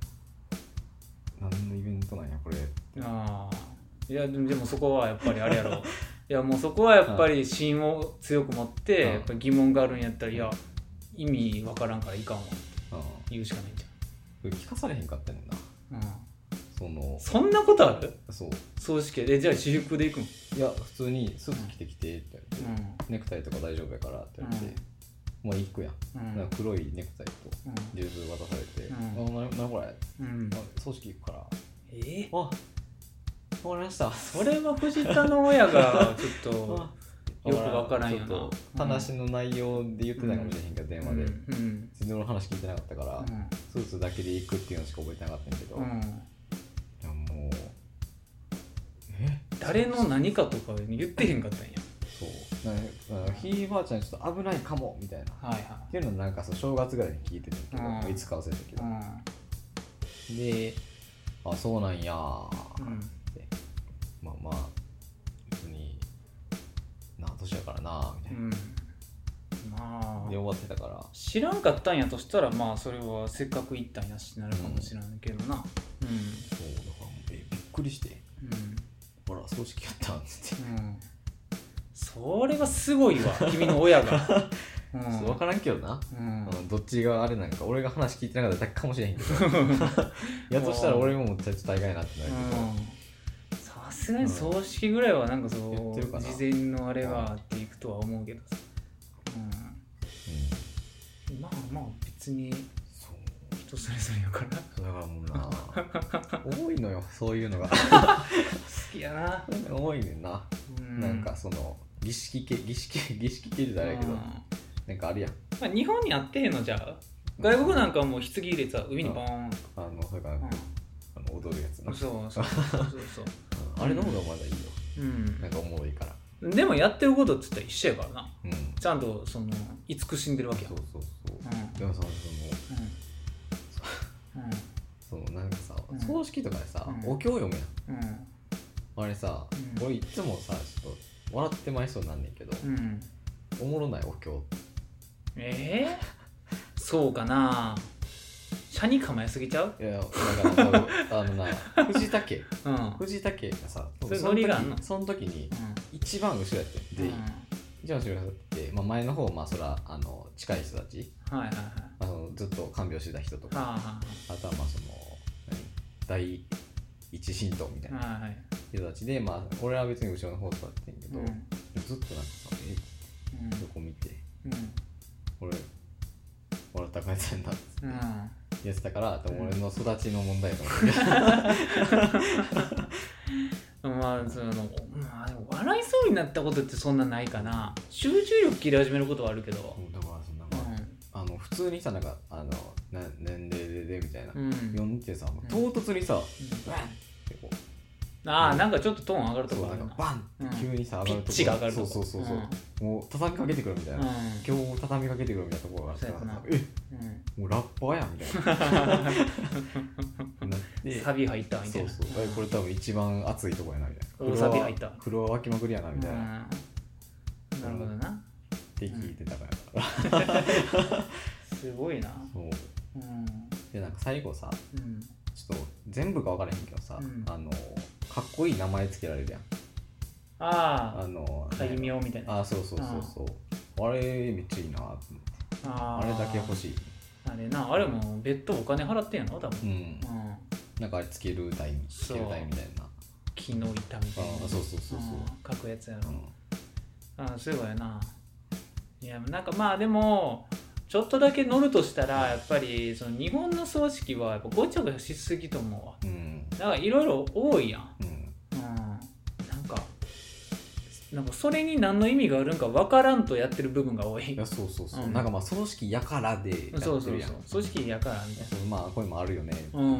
何のイベントなんやこれって。 ああいやでも、でもそこはやっぱりあれやろいやもうそこはやっぱり芯を強く持って、うん、やっぱり疑問があるんやったら、いや意味わからんからいかんわって言うしかないんじゃん。 聞かされへんかったねんな、うん、そのそんなことある？ そう葬式でじゃあ私服で行くん？ いや普通にスーツ着てきてって言われて、うん、ネクタイとか大丈夫やからって言われて、うん、もう行くやん、うん、なんか黒いネクタイとジューズ渡されて、うん、あ、なにこれ、うん、葬式行くからえー、 あ、わかりました。 それは藤田の親がちょっとよくわからんよな。ちょっと話の内容で言ってたかもしれへんけど、うん、電話で、うん、全然俺の話聞いてなかったから、うん、スーツだけで行くっていうのしか覚えてなかったんやけど、うん、いやもうえ誰の何かとか言ってへんかったんや。 そうなんかひいばあちゃんちょっと危ないかもみたいな、はいはい、っていうのなんかそう正月ぐらいに聞いてたけど、うん、いつか忘れたけど、うん、であそうなんやーって、うん、まあまあ別にな年やからなみたいな、うん、まあで終わってたから、 知らんかったんやとしたらまあそれはせっかく行ったんやしなるかもしれないけどな、うん、うん、 そうだからえびっくりして、うん、ほら葬式やったんっつって、うん、 それがすごいわ君の親がうん、分からんけどな、うんうん、どっちがあれなんか俺が話聞いてなかっただけかもしれへんけどやっとしたら俺もちょっと大概なってなるけど、さすがに葬式ぐらいはなんかそう、うん、事前のあれがあっていくとは思うけどさ、うんうん、まあまあ別にそう人それぞれやからだからもうな多いのよそういうのが好きやな多いねんな、うん、なんかその儀式系儀式儀式系じゃないけど、うん、なんかあるやん、 まあ、日本にあってへんのじゃあ外国なんかはもう棺入れてさ海にボーン、 あのそれから、うん、あの踊るやつな、 そうそうそうそうそうあれの方がまだいいよ、うん、なんかおもろいから。 でもやってることって言ったら一緒やからな、うん、ちゃんとその慈しんでるわけや。 そうそうそう、うん、でもそのその、うん、そのなんかさ、うん、葬式とかでさ、うん、お経読むやん、うん、あれさ、うん、俺いつもさちょっと笑ってまいそうなんねんけど、うん、おもろないお経えー、そうかな車に構えすぎちゃう。 いやだからあのな藤田家、うん、藤田家がさそれノリがあんのその時に一番後ろやって全員、うん、一番後ろやって、まあ、前の方まあそらあの近い人たち、はいはいはい、まあ、そのずっと看病してた人とか、はあはあ、あとはまあその何第一神道みたいな人たちで、まあ俺は別に後ろの方座ってんけど、うん、ずっとなんかさえっ、うん、横見て、うん、俺笑ったかいてんだっつって、うん、やってたから多分俺の育ちの問題だと思うまあそのまあでも笑いそうになったことってそんなないかな。集中力切り始めることはあるけど、 だからそんな、うん、あの普通にさなんかあのな年齢ででみたいな、うん、読んでさ、うん、唐突にさ、うん、バンってこうああ、うん、なんかちょっとトーン上がるとこあるな。なんかバンって急にさ、うん、上がるとこ、 ピッチが上がるとこ、 そうそうそうそう、うん、もう畳みかけてくるみたいな、うん、今日畳みかけてくるみたいなところがあったらさ、え、うん、もうラッパーやんみたいななってサビ入ったみたいな、 そうそう、これ多分一番熱いとこやなみたいな、 大サビ入った、 黒は湧きまくりやなみたいな、うん、 なるほどなって聞いてたから、 うん、すごいな。 そう、うん、でなんか最後さ、うん、ちょっと全部か分からへんけどさ、うん、あのかっこいい名前つけられるやん。 ああ、あの戒名みたいな。 あ、そうそうそうそう、うん、あれめっちゃいいなと思って。 あれだけ欲しい。 あれな、あれも別途お金払ってんやろ多分、うんうん、 なんかあれつける台つける台みたいな木の板みたいな、 あそうそうそうそう、 書くやつやろ、うん、あすごいやな。いやなんかまあでもちょっとだけ乗るとしたらやっぱりその日本の葬式はやっぱごちゃごちゃしすぎと思うわ、うん、だからいろいろ多いやん、うんうん、なんかなんかそれに何の意味があるんか分からんとやってる部分が多い。 いやそうそうそう、うん、なんかまあ葬式やからでやってるやん。そうそうそう葬式やからみたいな。 そうまあこういうのもあるよね。 うん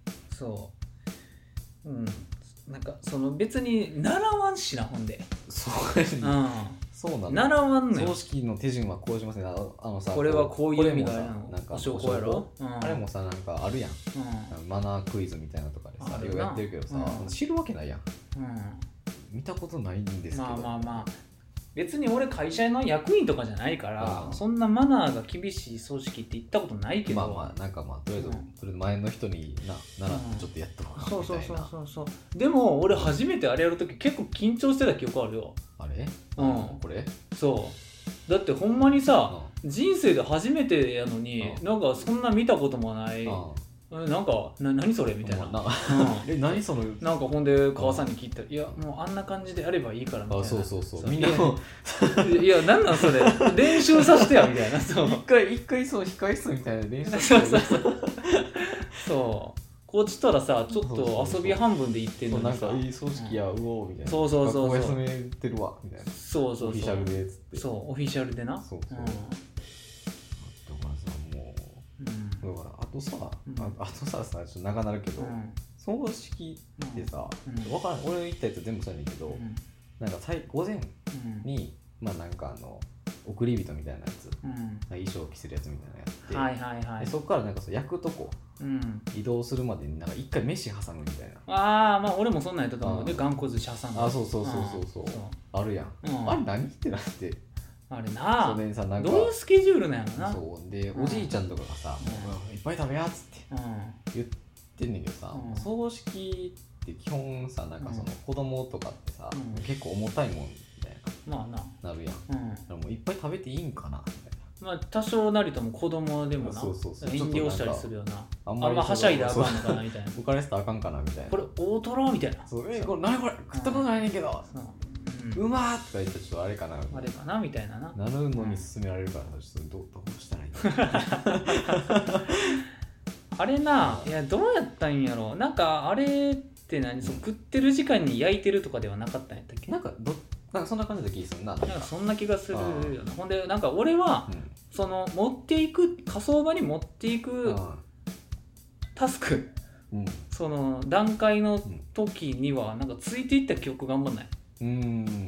そううんなんかその別に習わんしなほんで。 そうやね、うんそうなんだ。 習わんのよ。 葬式の手順はこうしますね。あの、あのさこれはこういう意味があるの。 なんかお証拠やろ、 うん、あれもさなんかあるやん、うん、マナークイズみたいなとかでさよくやってるけどさ、うん、知るわけないやん、うん、見たことないんですけど。 まあまあまあ別に俺会社の役員とかじゃないから、うん、そんなマナーが厳しい組織って行ったことないけど、 まあまあなんかまあとりあえず、うん、とりあえず前の人になならちょっとやった方がいいみたいな、うん、そうそうそうそうでも俺初めてあれやるとき結構緊張してた記憶あるよ。 あれうんこれそうだってほんまにさ、うん、人生で初めてやのに、うん、なんかそんな見たこともない、うんなんかな何それみたいな、な、うん、 え何そのなんかほんで川さんに聞いたら、いやもうあんな感じでやればいいからみたいな。 あそうそうそうみんなもいやなんなんそれ練習させてやみたいな。そう一回一回そう控室みたいな練習させてやそうそうそうそうこっちとらさちょっと遊び半分で行ってんのにさ、 なんかいい葬式や、うん、うおーみたいな。 そうそうそうそう学校休めてるわみたいな。 そうそうそうオフィシャルでっつって。 そうオフィシャルでな。 そうそう、うん、だからさもう、うん、だからあとさ、うん、あ, あとささちょっと長なるけど、うん、葬式ってさ、うん、分からん俺言ったやつ全部そうやねんけど、うん、なんか午前に、うん、まあなんかあの送り人みたいなやつ、うん、衣装を着せるやつみたいなやって、はいはいはい、でそこからなんかさ焼くとこ、うん、移動するまでになんか一回飯挟むみたいな。 ああまあ俺もそんなんやったと思う。で頑固寿司挟んで。 あそうそうそうそうそう、うん、あるやん、うん、あれ何ってなって。 あれなそれにさなんかどういうスケジュールなんやろな。 そうで、うん、おじいちゃんとかがさ、うん、いっぱい食べやっつって、うん、言ってんねんけどさ、うん、葬式って基本さなんかその子供とかってさ、うん、結構重たいもんみたいな、まあな、なるやん、うん、だからもういっぱい食べていいんかなみたいな。 まあ多少なりとも子供でもなそうそうそう遠慮したりするよな。あんまはしゃいであかんのかなみたいな。 浮かれてたらあかんかなみたいな。 これ大トロみたいな。 そうえこれ何これ食ったことないねんけど、うん、うまーとか言ったらちょっとあれかなあれかなみたいなな。 なるのに勧められるからちょっとどどうしたらいいのあれないやどうやったんやろ。なんかあれって何、うん、そう食ってる時間に焼いてるとかではなかったんやったっけ。 なんかどなんかそんな感じだ気がするな。なんかそんな気がするよな。ほんでなんか俺は、うん、その持っていく火葬場に持っていくタスク、うん、その段階の時にはなんかついていった記憶があんまない。うん、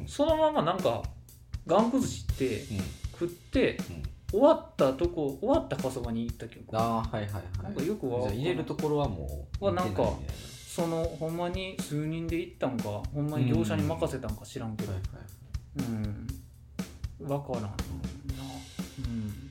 そのままなんかがんこ寿司って、うん、食って、うん、終わったとこ終わった火葬場に行った記憶。 ああはいはいはい。なんかよくは入れるところはもうはなんかそのほんまに数人で行ったんかほんまに業者に任せたんか知らんけど、うん、はいはい、うん、分からんな、うん、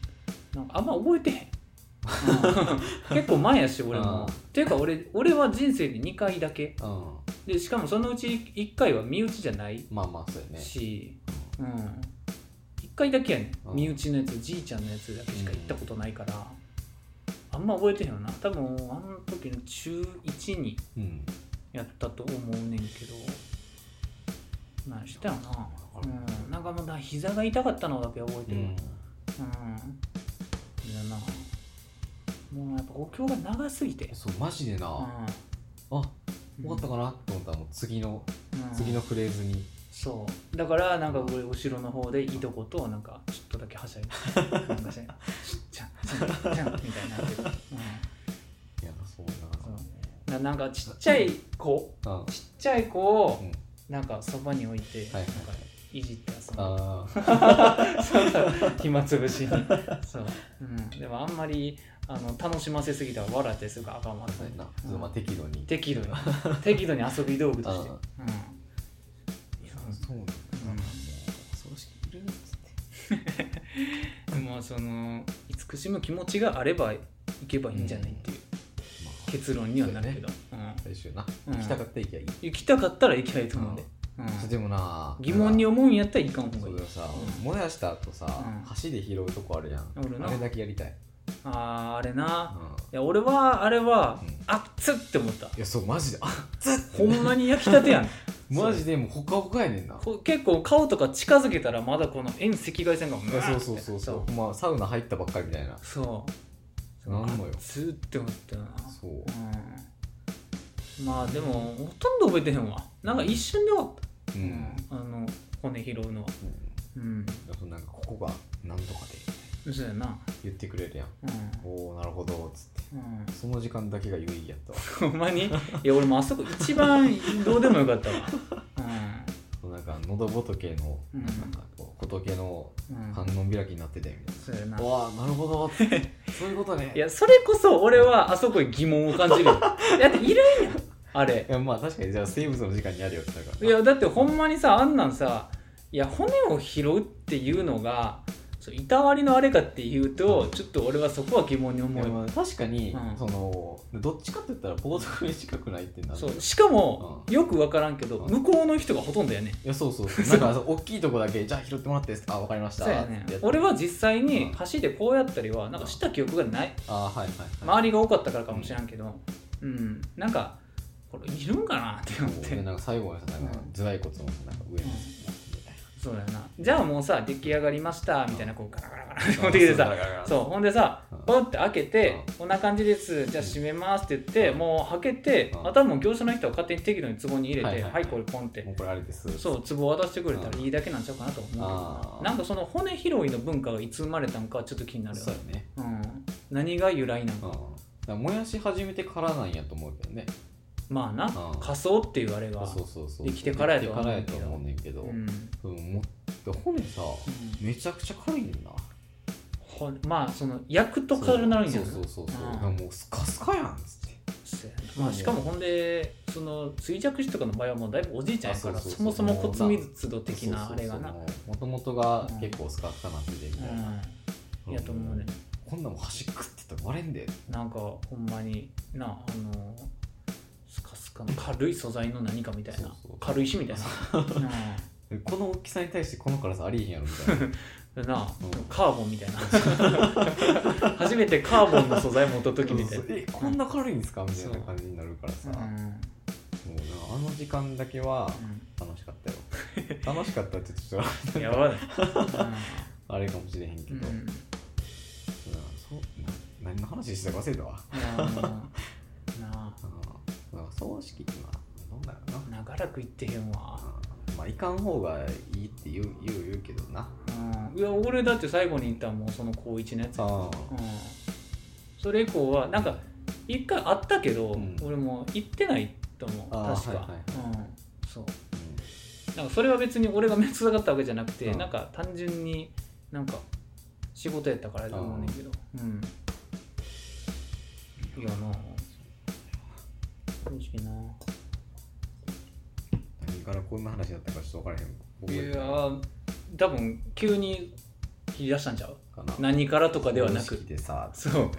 なんかあんま覚えてへん結構前やし俺もっていうか 俺, 俺は人生でにかいだけでしかもそのうちいっかいは身内じゃないまあまあそうやねし、うん、いっかいだけやねん身内のやつじいちゃんのやつだけしか行ったことないから、うん、あんま覚えてへんよな。多分あの時の中いちにやったと思うねんけど、うん、何したよな、うん、なんかもうな膝が痛かったのだけ覚えてる、うん、うん、いやなもうやっぱお経が長すぎて。 そうマジでな、うん、あ終わったかなって思ったらもう次の、うん、次のフレーズに。 そうだからなんか俺後ろの方でいとことなんかちょっとだけはしゃいでなんかしゃいじゃんじゃんじゃんみたいなってる、うん、いやそうだな。なんかちっちゃい子、うん、ちっちゃい子をなんかそばに置いて、うん、なんかいじって遊ぶ。あそう暇つぶしにそう、うん、でもあんまりあの楽しませすぎたら笑ってすぐあかんわ。 そうやな、うん、まあ適度に適度に適度に遊び道具として、うん、 そうなんだ、うん、もう葬式いるっつってでもその慈しむ気持ちがあれば行けばいいんじゃないっていう、うん、結論にはなるけど、 まあね、うん、最終な、うん、行きたかったら行きゃいい。 行きたかったら行きゃいいと思うんで、 うん、 でもな疑問に思うんやったらいかんほうがいい。 そうださ、うん、燃やした後さ、うん、箸で拾うとこあるやん、あれだけやりたい。 あーあれな、うん、いや俺はあれは、うん、熱っって思った。いやそうマジで熱っほんまに焼きたてやんマジでもうほかほかやねんな。 結構顔とか近づけたらまだこの遠赤外線がいやそうそうそうそう、まあ、サウナ入ったばっかりみたいな。 そうなんのよ熱って思ったよな。 そう、 うん、まあでもほとんど覚えてへんわ。なんか一瞬で終わった、うんうん、あの骨拾うのは、うん、うん、 なんかここがなんとかでそうやな言ってくれるやん、うん、おおなるほどっつって、うん、その時間だけが有意義やったわほんまに。いや俺もあそこ一番どうでもよかったわ、 うん、なんか喉仏の、うん、なんかこう仏の観音開きになっててみたいな、うん、そうやな、わあなるほどってそういうことね。 いやそれこそ俺はあそこに疑問を感じるだっているんやあれ。 いやまあ確かにじゃあ生物の時間にあるよってだから。 いやだってほんまにさあんなんさ、いや骨を拾うっていうのがいたわりのあれかっていうと、うん、ちょっと俺はそこは疑問に思う。 まあ、確かに、うん、そのどっちかって言ったら冒涜に近くないってなる。 そうしかも、うん、よく分からんけど、うん、向こうの人がほとんどやね。 いやそうそうそうなんか大きいとこだけじゃあ拾ってもらってあ分かりましたそうや、ね、俺は実際に橋でこうやったりはなんかした記憶がない、 うん、あはいはい、はい、 周りが多かったからかもしれんけど、うん、うん、なんかこれいるんかなって思って。 なんか最後にさなんか頭蓋骨のなんか上に、うん、 そうだよな。じゃあもうさ出来上がりましたみたいなこうガラガラガラって持ってきてさ、そうほんでさポンって開けてこんな感じですじゃあ閉めますって言ってもう開けて、あとはもう業者の人は勝手に適度に壺に入れてはいこれポンってもうこれあれですそう壺を渡してくれたらいいだけなんちゃうかなと思うけど、なんかその骨拾いの文化がいつ生まれたのかちょっと気になるよ。 そうやね、 うん、何が由来なのか。 だ燃やし始めてからなんやと思うけどね。 まあな、うん、仮想っていうあれができてからやと思うねんけど、うんうん、も骨さ、うん、めちゃくちゃ軽いねんな。 ほまあその焼くと軽なるんやそうそうそうそう、うん、もうスカスカやんっつって。 まあ、しかもほんでその衰弱死とかの場合はもうだいぶおじいちゃんやからそもそも骨密度的なあれがなもともとが結構スカスカなっててみたいな、 うん、やと思うね。 こんなもん端っこって言ったら割れんでなんかほんまになあのスカスカの軽い素材の何かみたいな。そうそう軽石みたいな、 うん、この大きさに対してこの辛さありえへんやろみたいななあ、うん、カーボンみたいな初めてカーボンの素材持った時みたいなそうそうえこんな軽いんですかみたいな感じになるからさ、うん、もうなあの時間だけは楽しかったよ、うん、楽しかったって言ってちょっとやばい、うん、あれかもしれへんけど、うん、そうな何の話してたか忘れたわなあ葬式ってのはどうだろうな。 長らく行ってへんわ、 うん、まあ行かん方がいいって言う言う言うけどな、 うん、いや俺だって最後に行ったらもうその高いちのやつ、うん、それ以降はなんか一回あったけど、うん、俺も行ってないと思う確か、はいはいはいうん、そう、うん、なんかそれは別に俺がめっちゃかったわけじゃなくて、うん、なんか単純になんか仕事やったからだと思うねんけど、うん、いやな正直な何からこんな話だったかちょっと分からへん。いや多分急に切り出したんちゃうかな。何からとかではなくでさそう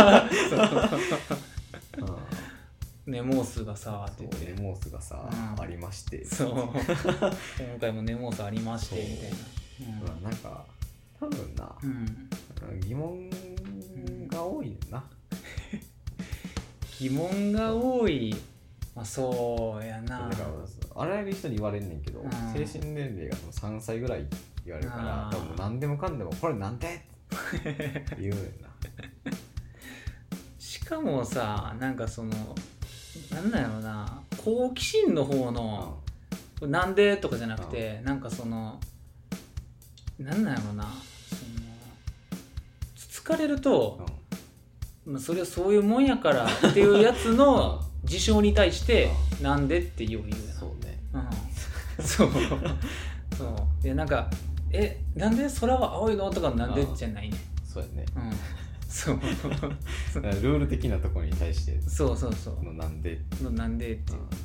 ネモースがさって言ってネモースがさ、うん、ありましてそう今回もネモースありましてみたいな、 うん、なんか多分な、うん、疑問が多いねんな、 疑問が多い、まあ、そうやな。 だからあらゆる人に言われんねんけど、うん、精神年齢がそのさんさいぐらい言われるから多分何でもかんでもこれなんでって言うねんなしかもさなんかそのなんだろうな好奇心の方の、うん、なんでとかじゃなくて、うん、なんかそのなんだろうなその疲れると、うんまあ、それはそういうもんやからっていうやつの事象に対してなんでって言う言うやな。 そうね、 うん、そうそういやなんかえなんで空は青いのとかなんでじゃないね。 そうやね、 うん、そうルール的なところに対してそうそうそうのなんでのなんでって、うんうん、そう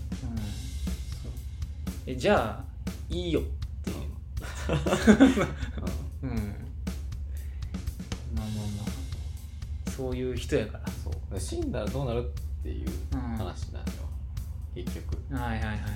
えじゃあいいよっていう、うんうん、まあまあまあそういう人やからそう死んだらどうなるっていう話なのよ、うん、結局はいはいはいはい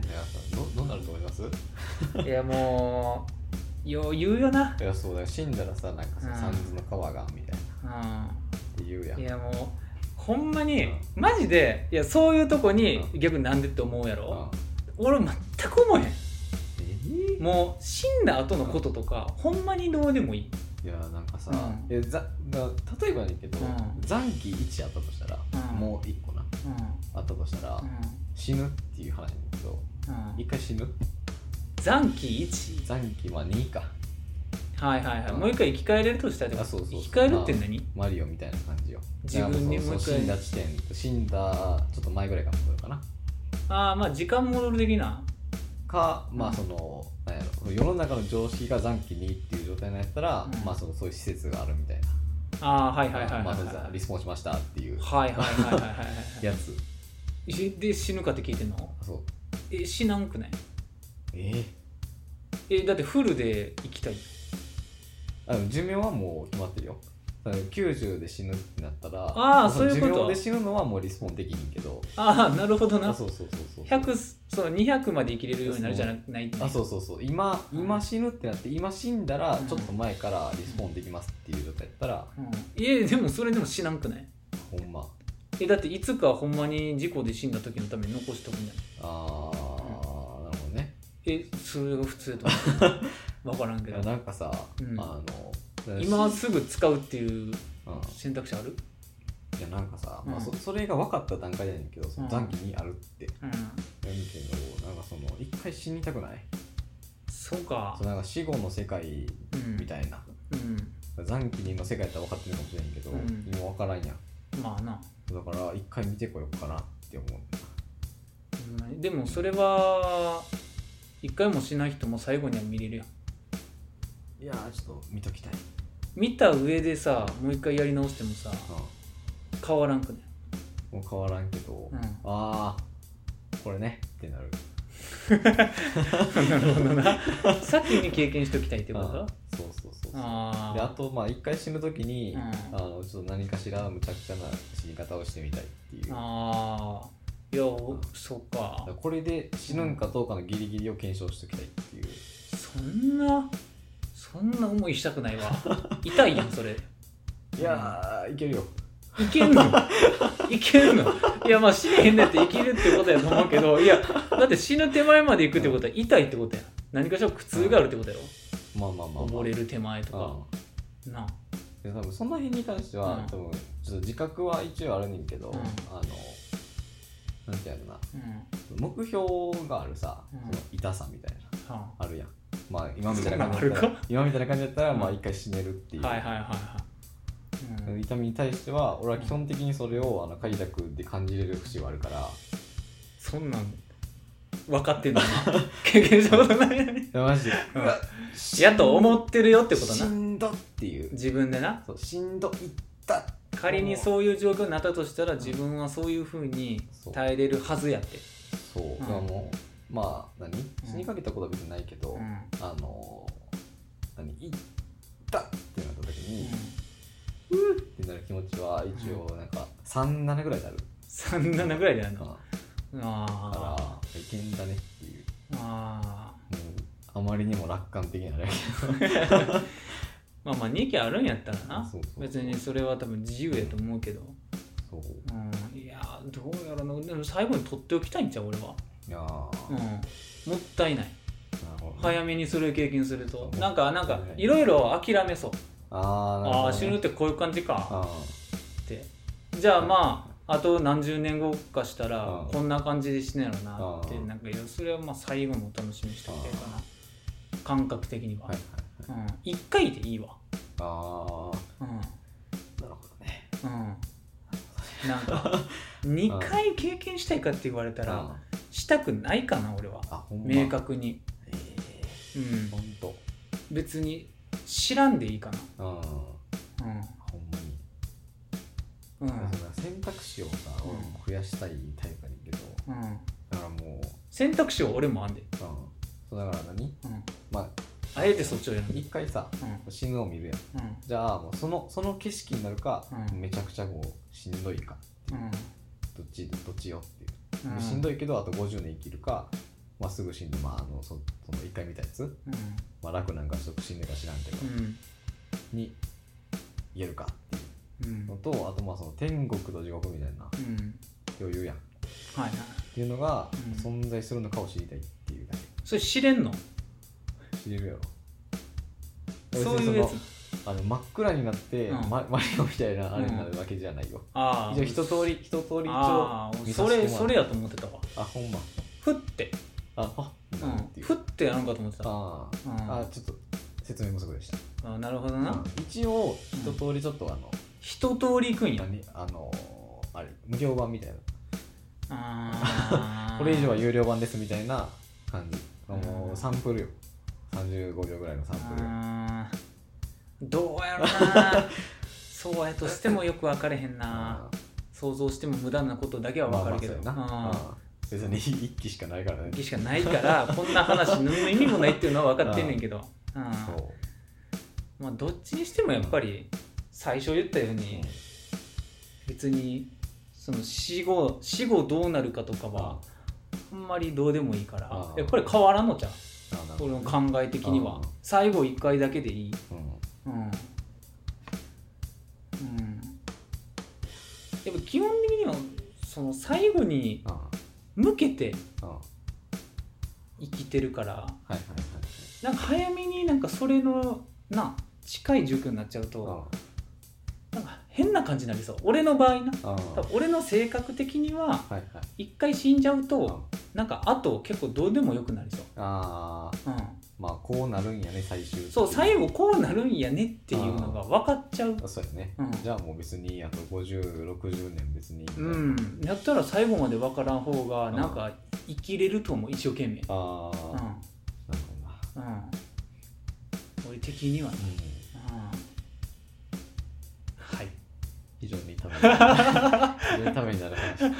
やどどうなると思いますいやもう余裕よな。 いやそうだよ、死んだらさなんかさ、うん、サンズの川がみたいな、うん、って言うやん。いやもうほんまに、うん、マジでいやそういうとこに逆になんでって思うやろ、うん、俺全く思えへん、えー、もう死んだ後のこととか、うん、ほんまにどうでもいい。 いやなんかさ、うん、えざ例えばだけど、うん、残機いちあったとしたら、うん、もういっこな、うん、あったとしたら、うん、死ぬっていう話なんだけど、うん、一回死ぬ。 残機 いち？ 残機はにか。 はいはいはい、うん、もう一回生き返れるとしたら、あ、そうそうそう、生き返るって何、 まあ、マリオみたいな感じよ。 自分にもう一回死んだ地点、死んだちょっと前ぐらいから戻るかな。 ああ、まあ時間戻る的なか、まあその、うん、なんやろ、世の中の常識が残機にっていう状態になったら、うん、まあそのそういう施設があるみたいな。 ああ、はいはいはいはい、はい、 まあ、リスポーンしましたっていうはいはいはいはいはいやつで死ぬかって聞いてんの？ そう。 え、死なんくない？ えー、えだってフルで生きたい。 あの寿命はもう決まってるよ。きゅうじゅうで死ぬってなったら、 ああそういうこと。 寿命で死ぬのはもうリスポーンできんけど、 ああなるほどな。 そうそうそうそう、 ひゃくそうにひゃくまで生きれるようになるじゃない、ね、 あそうそうそう、今今死ぬってなって今死んだらちょっと前からリスポーンできますっていう状態やったら、 うん、いやでもそれでも死なんくない？ ほんま。 えだっていつかほんまに事故で死んだ時のために残しておくんじゃない？ ああ、うん、なるほどね。 えそれが普通と思う分からんけど、 なんかさ、うん、あの今すぐ使うっていう選択肢ある？ いやなんかさ、うん、まあ、そ, それが分かった段階やねんけど、その残機にあるって、うん、やねんけど、なんかその一回死にたくない？ そうか。 そうなんか死後の世界みたいな、うん、残機にの世界やったら分かってるかもしれんけど、うん、今分からんやん。 まあな。だから一回見てこようかなって思う。 うん、でもそれは一回もしない人も最後には見れるやん。 いやーちょっと見ときたい。 見た上でさ、もう一回やり直してもさ、うん、変わらんくね。 もう変わらんけど、うん、ああこれねってなる。 なるほどな。先に経験しときたいってこと？ そうそうそうそう。あであとまあ一回死ぬときに、うん、あのちょっと何かしらむちゃくちゃな死に方をしてみたいっていう。 ああいや、うん、そっか。 これで死ぬんかどうかのギリギリを検証しときたいっていう。 そんなそんな思いしたくないわ。痛いやんそれ。 いやー、いけるよ。 いけんのいけるの。いやまあ死ねへんねって生きるってことやと思うけど、いやだって死ぬ手前まで行くってことは痛いってことやん。何かしら苦痛があるってことやろ。 まあまあまあ、まあ、 溺れる手前とかなあ。 多分その辺に関しては、うん、多分ちょっと自覚は一応あるねんけど、うん、あのなんてやるな、うん、目標があるさ、うん、その痛さみたいな、うん、あるやん。まあ今みたいな感じだったら今みたいな感じだったら、うん、まあ一回死ねるっていう、 はいはいはいはい、 うん、痛みに対しては俺は基本的にそれをあの快楽で感じれる節はあるから。 そんなん分かってんのな。経験したことないのに。 マジで、 うん、やと思ってるよってことな。 しんどっていう自分でな。 そうしんどいった仮にそういう状況になったとしたら自分はそういう風に耐えれるはずやって。 そう、うん、だからもうまあ何死にかけたことは別にないけど、うん、あの何いったってなった時に、うん、うーってなる気持ちは一応なんかさんじゅうななぐらいになる。 さんじゅうななぐらいでやるの。 うん、ああだからいけんだねっていう。 ああまりにも楽観的なあれやけどまあまあにきあるんやったらな。そうそうそう、別にそれは多分自由やと思うけど。そう、うん、いやどうやらな。でも最後に取っておきたいんちゃう俺は。いや、うん、もったいない。なるほど、ね、早めにそれを経験するとなんかなんかいろいろ諦めそう。あー、なるほどね、あ死ぬってこういう感じかってじゃあまああと何十年後かしたらこんな感じで死ねやろなってなんかそれはまあ最後のお楽しみにしておきたいかな感覚的には、はいはいはい、うん、いっかいでいいわ。ああ、うん、なるほどね。 うん、なんかにかい経験したいかって言われたらしたくないかな俺は。あ、ほんま明確に、えー、うん、ほんと別に知らんでいいかな。うん、うん、ほんまに、 うん、選択肢をさ、うん、増やしたいタイプだけど、うん、だからもう選択肢は俺もあんで、うん、 そうだから何、うん、まああえてそっちをやる。 一回さ、うん、死ぬを見るやん、うん、じゃあもうそのその景色になるか、うん、めちゃくちゃこうしんどいかっていう、うん、どっちどっちよっていう、うん、しんどいけどあとごじゅうねん生きるかまあ、すぐ死んで、まあ、あの そ, そのいっかい見たやつ、うん、まあ、楽なんかちょっと死んでか知らんけど、うん、に言えるかっていうのと、うん、あとまあその天国と地獄みたいな、うん、余裕やん、はいはい、っていうのが存在するのかを知りたいっていうだけ。 それ知れんの？ 知れるやろ。 そういうやつ。 あの真っ暗になって、うん、マ, マリオみたいなあれになるわけじゃないよ、うん、あ一応一通り一通り一応見させてもらう。 それそれやと思ってたわ。 あほんま。 ふってああ、 うん、ふってやるのかと思ってた。 あ、うん、あちょっと説明不足でした。 あなるほどな、うん、 一応一通りちょっとあの、うん、 一通り行くんや。 あのあれ無料版みたいなあこれ以上は有料版ですみたいな感じ。もうサンプルよ。さんじゅうごびょうぐらいのサンプルよ。 あどうやろなそうやとしてもよく分かれへんな想像しても無駄なことだけは分かるけど、まあまあなあ別に一機しかないからね。 一機しかないからこんな話何の意味もないっていうのは分かってんねんけどあそうまあどっちにしてもやっぱり最初言ったように、うん、別にその死後死後どうなるかとかはあんまりどうでもいいからやっぱり変わらんのじゃん。俺の考え的には最後いっかいだけでいい、うんうんうん、やっぱ基本的にはその最後に向けて生きてるから、はいはいはい、なんか早めになんかそれのな近い塾になっちゃうとなんか変な感じになりそう。俺の場合な俺の性格的には一回死んじゃうとなんかあと結構どうでもよくなりそう。 ああ、うん、まあこうなるんやね最終。 そう最後こうなるんやねっていうのが分かっちゃう。 そうやね、うん、じゃあもう別にあとごじゅう、ろくじゅうねん別にうんやったら最後まで分からん方がなんか生きれると思う一生懸命。ああ、うん、なるほどな、うん、俺的にはね、うんうん、はい非常にために非常にためになる話ですね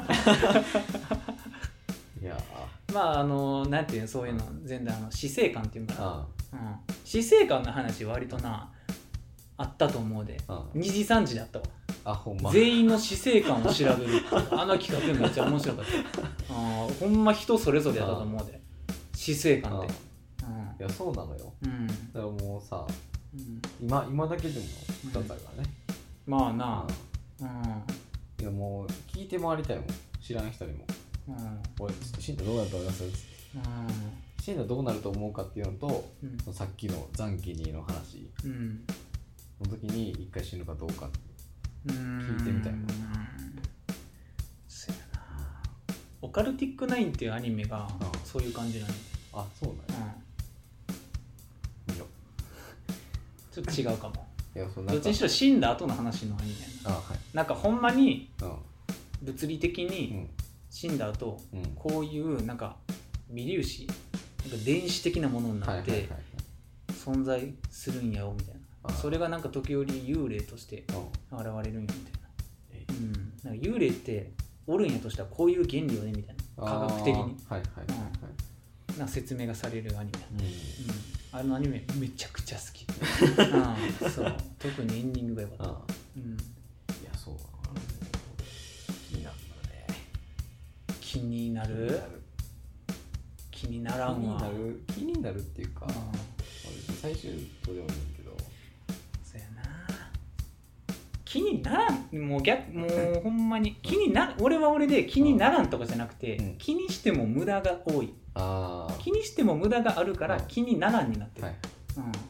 いやまああのなんていうのそういうの全然あの死生観っていうか、うん、死生観の話割となあったと思うでにじさんじだったわ。 あほんま全員の死生観を調べるあの企画めっちゃ面白かったあほんま人それぞれやったと思うで死生観って、 うん、いやそうなのよ、うん、だからもうさ、うん、今, 今だけでもふたつあるからね、 うん、まあな、うん、 いやもう聞いて回りたいもん知らん人にも、うん、俺死んだらどうなると思います、うん、死んだらどうなると思うかっていうのと、うん、さっきの残機にの話、うん、の時に一回死ぬかどうか聞いてみたいもん。 そうやな。オカルティックナインっていうアニメがそういう感じなの。 あ、そうなんや。 うん、ちょっと違うかも。いやそうなんかどっちにしろ死んだ後の話のアニメやな。あ、はい、なんかほんまに物理的に死んだ後、うん、こういうなんか微粒子、なんか電子的なものになって存在するんやよみたいな。それがなんか時折幽霊として現れるんやみたいな、うん、なんか幽霊っておるんやとしたらこういう原理よねみたいな科学的に、はいはいはいはい、うん、なんか説明がされるアニメやな、うんうん、あのアニメめちゃくちゃ好きうん、そう特にエンディングが良かった、うん、いやそう気になるね。 気になる気にならんわ。 気になる気になるっていうか、うん、最終どうでもいいけど気にならんもう逆もうほんまに気にな俺は俺で気にならんとかじゃなくて、うん、気にしても無駄が多い。あ気にしても無駄があるから気にならんになってる、はいうんうん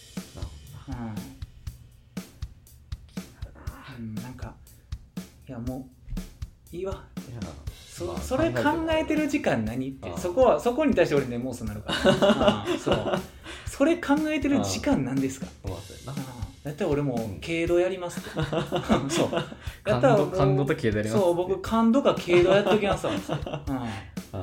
うん、なんかいやもういいわいや そ, まあ、それ考えてる時間何ってそこはそこに対して俺ねモースになるからそうそれ考えてる時間なんですか。やったら俺も軽度やりますって、うん、そうやったらもう感度と軽度やりますそう僕感度か軽度やっときますわって、うん、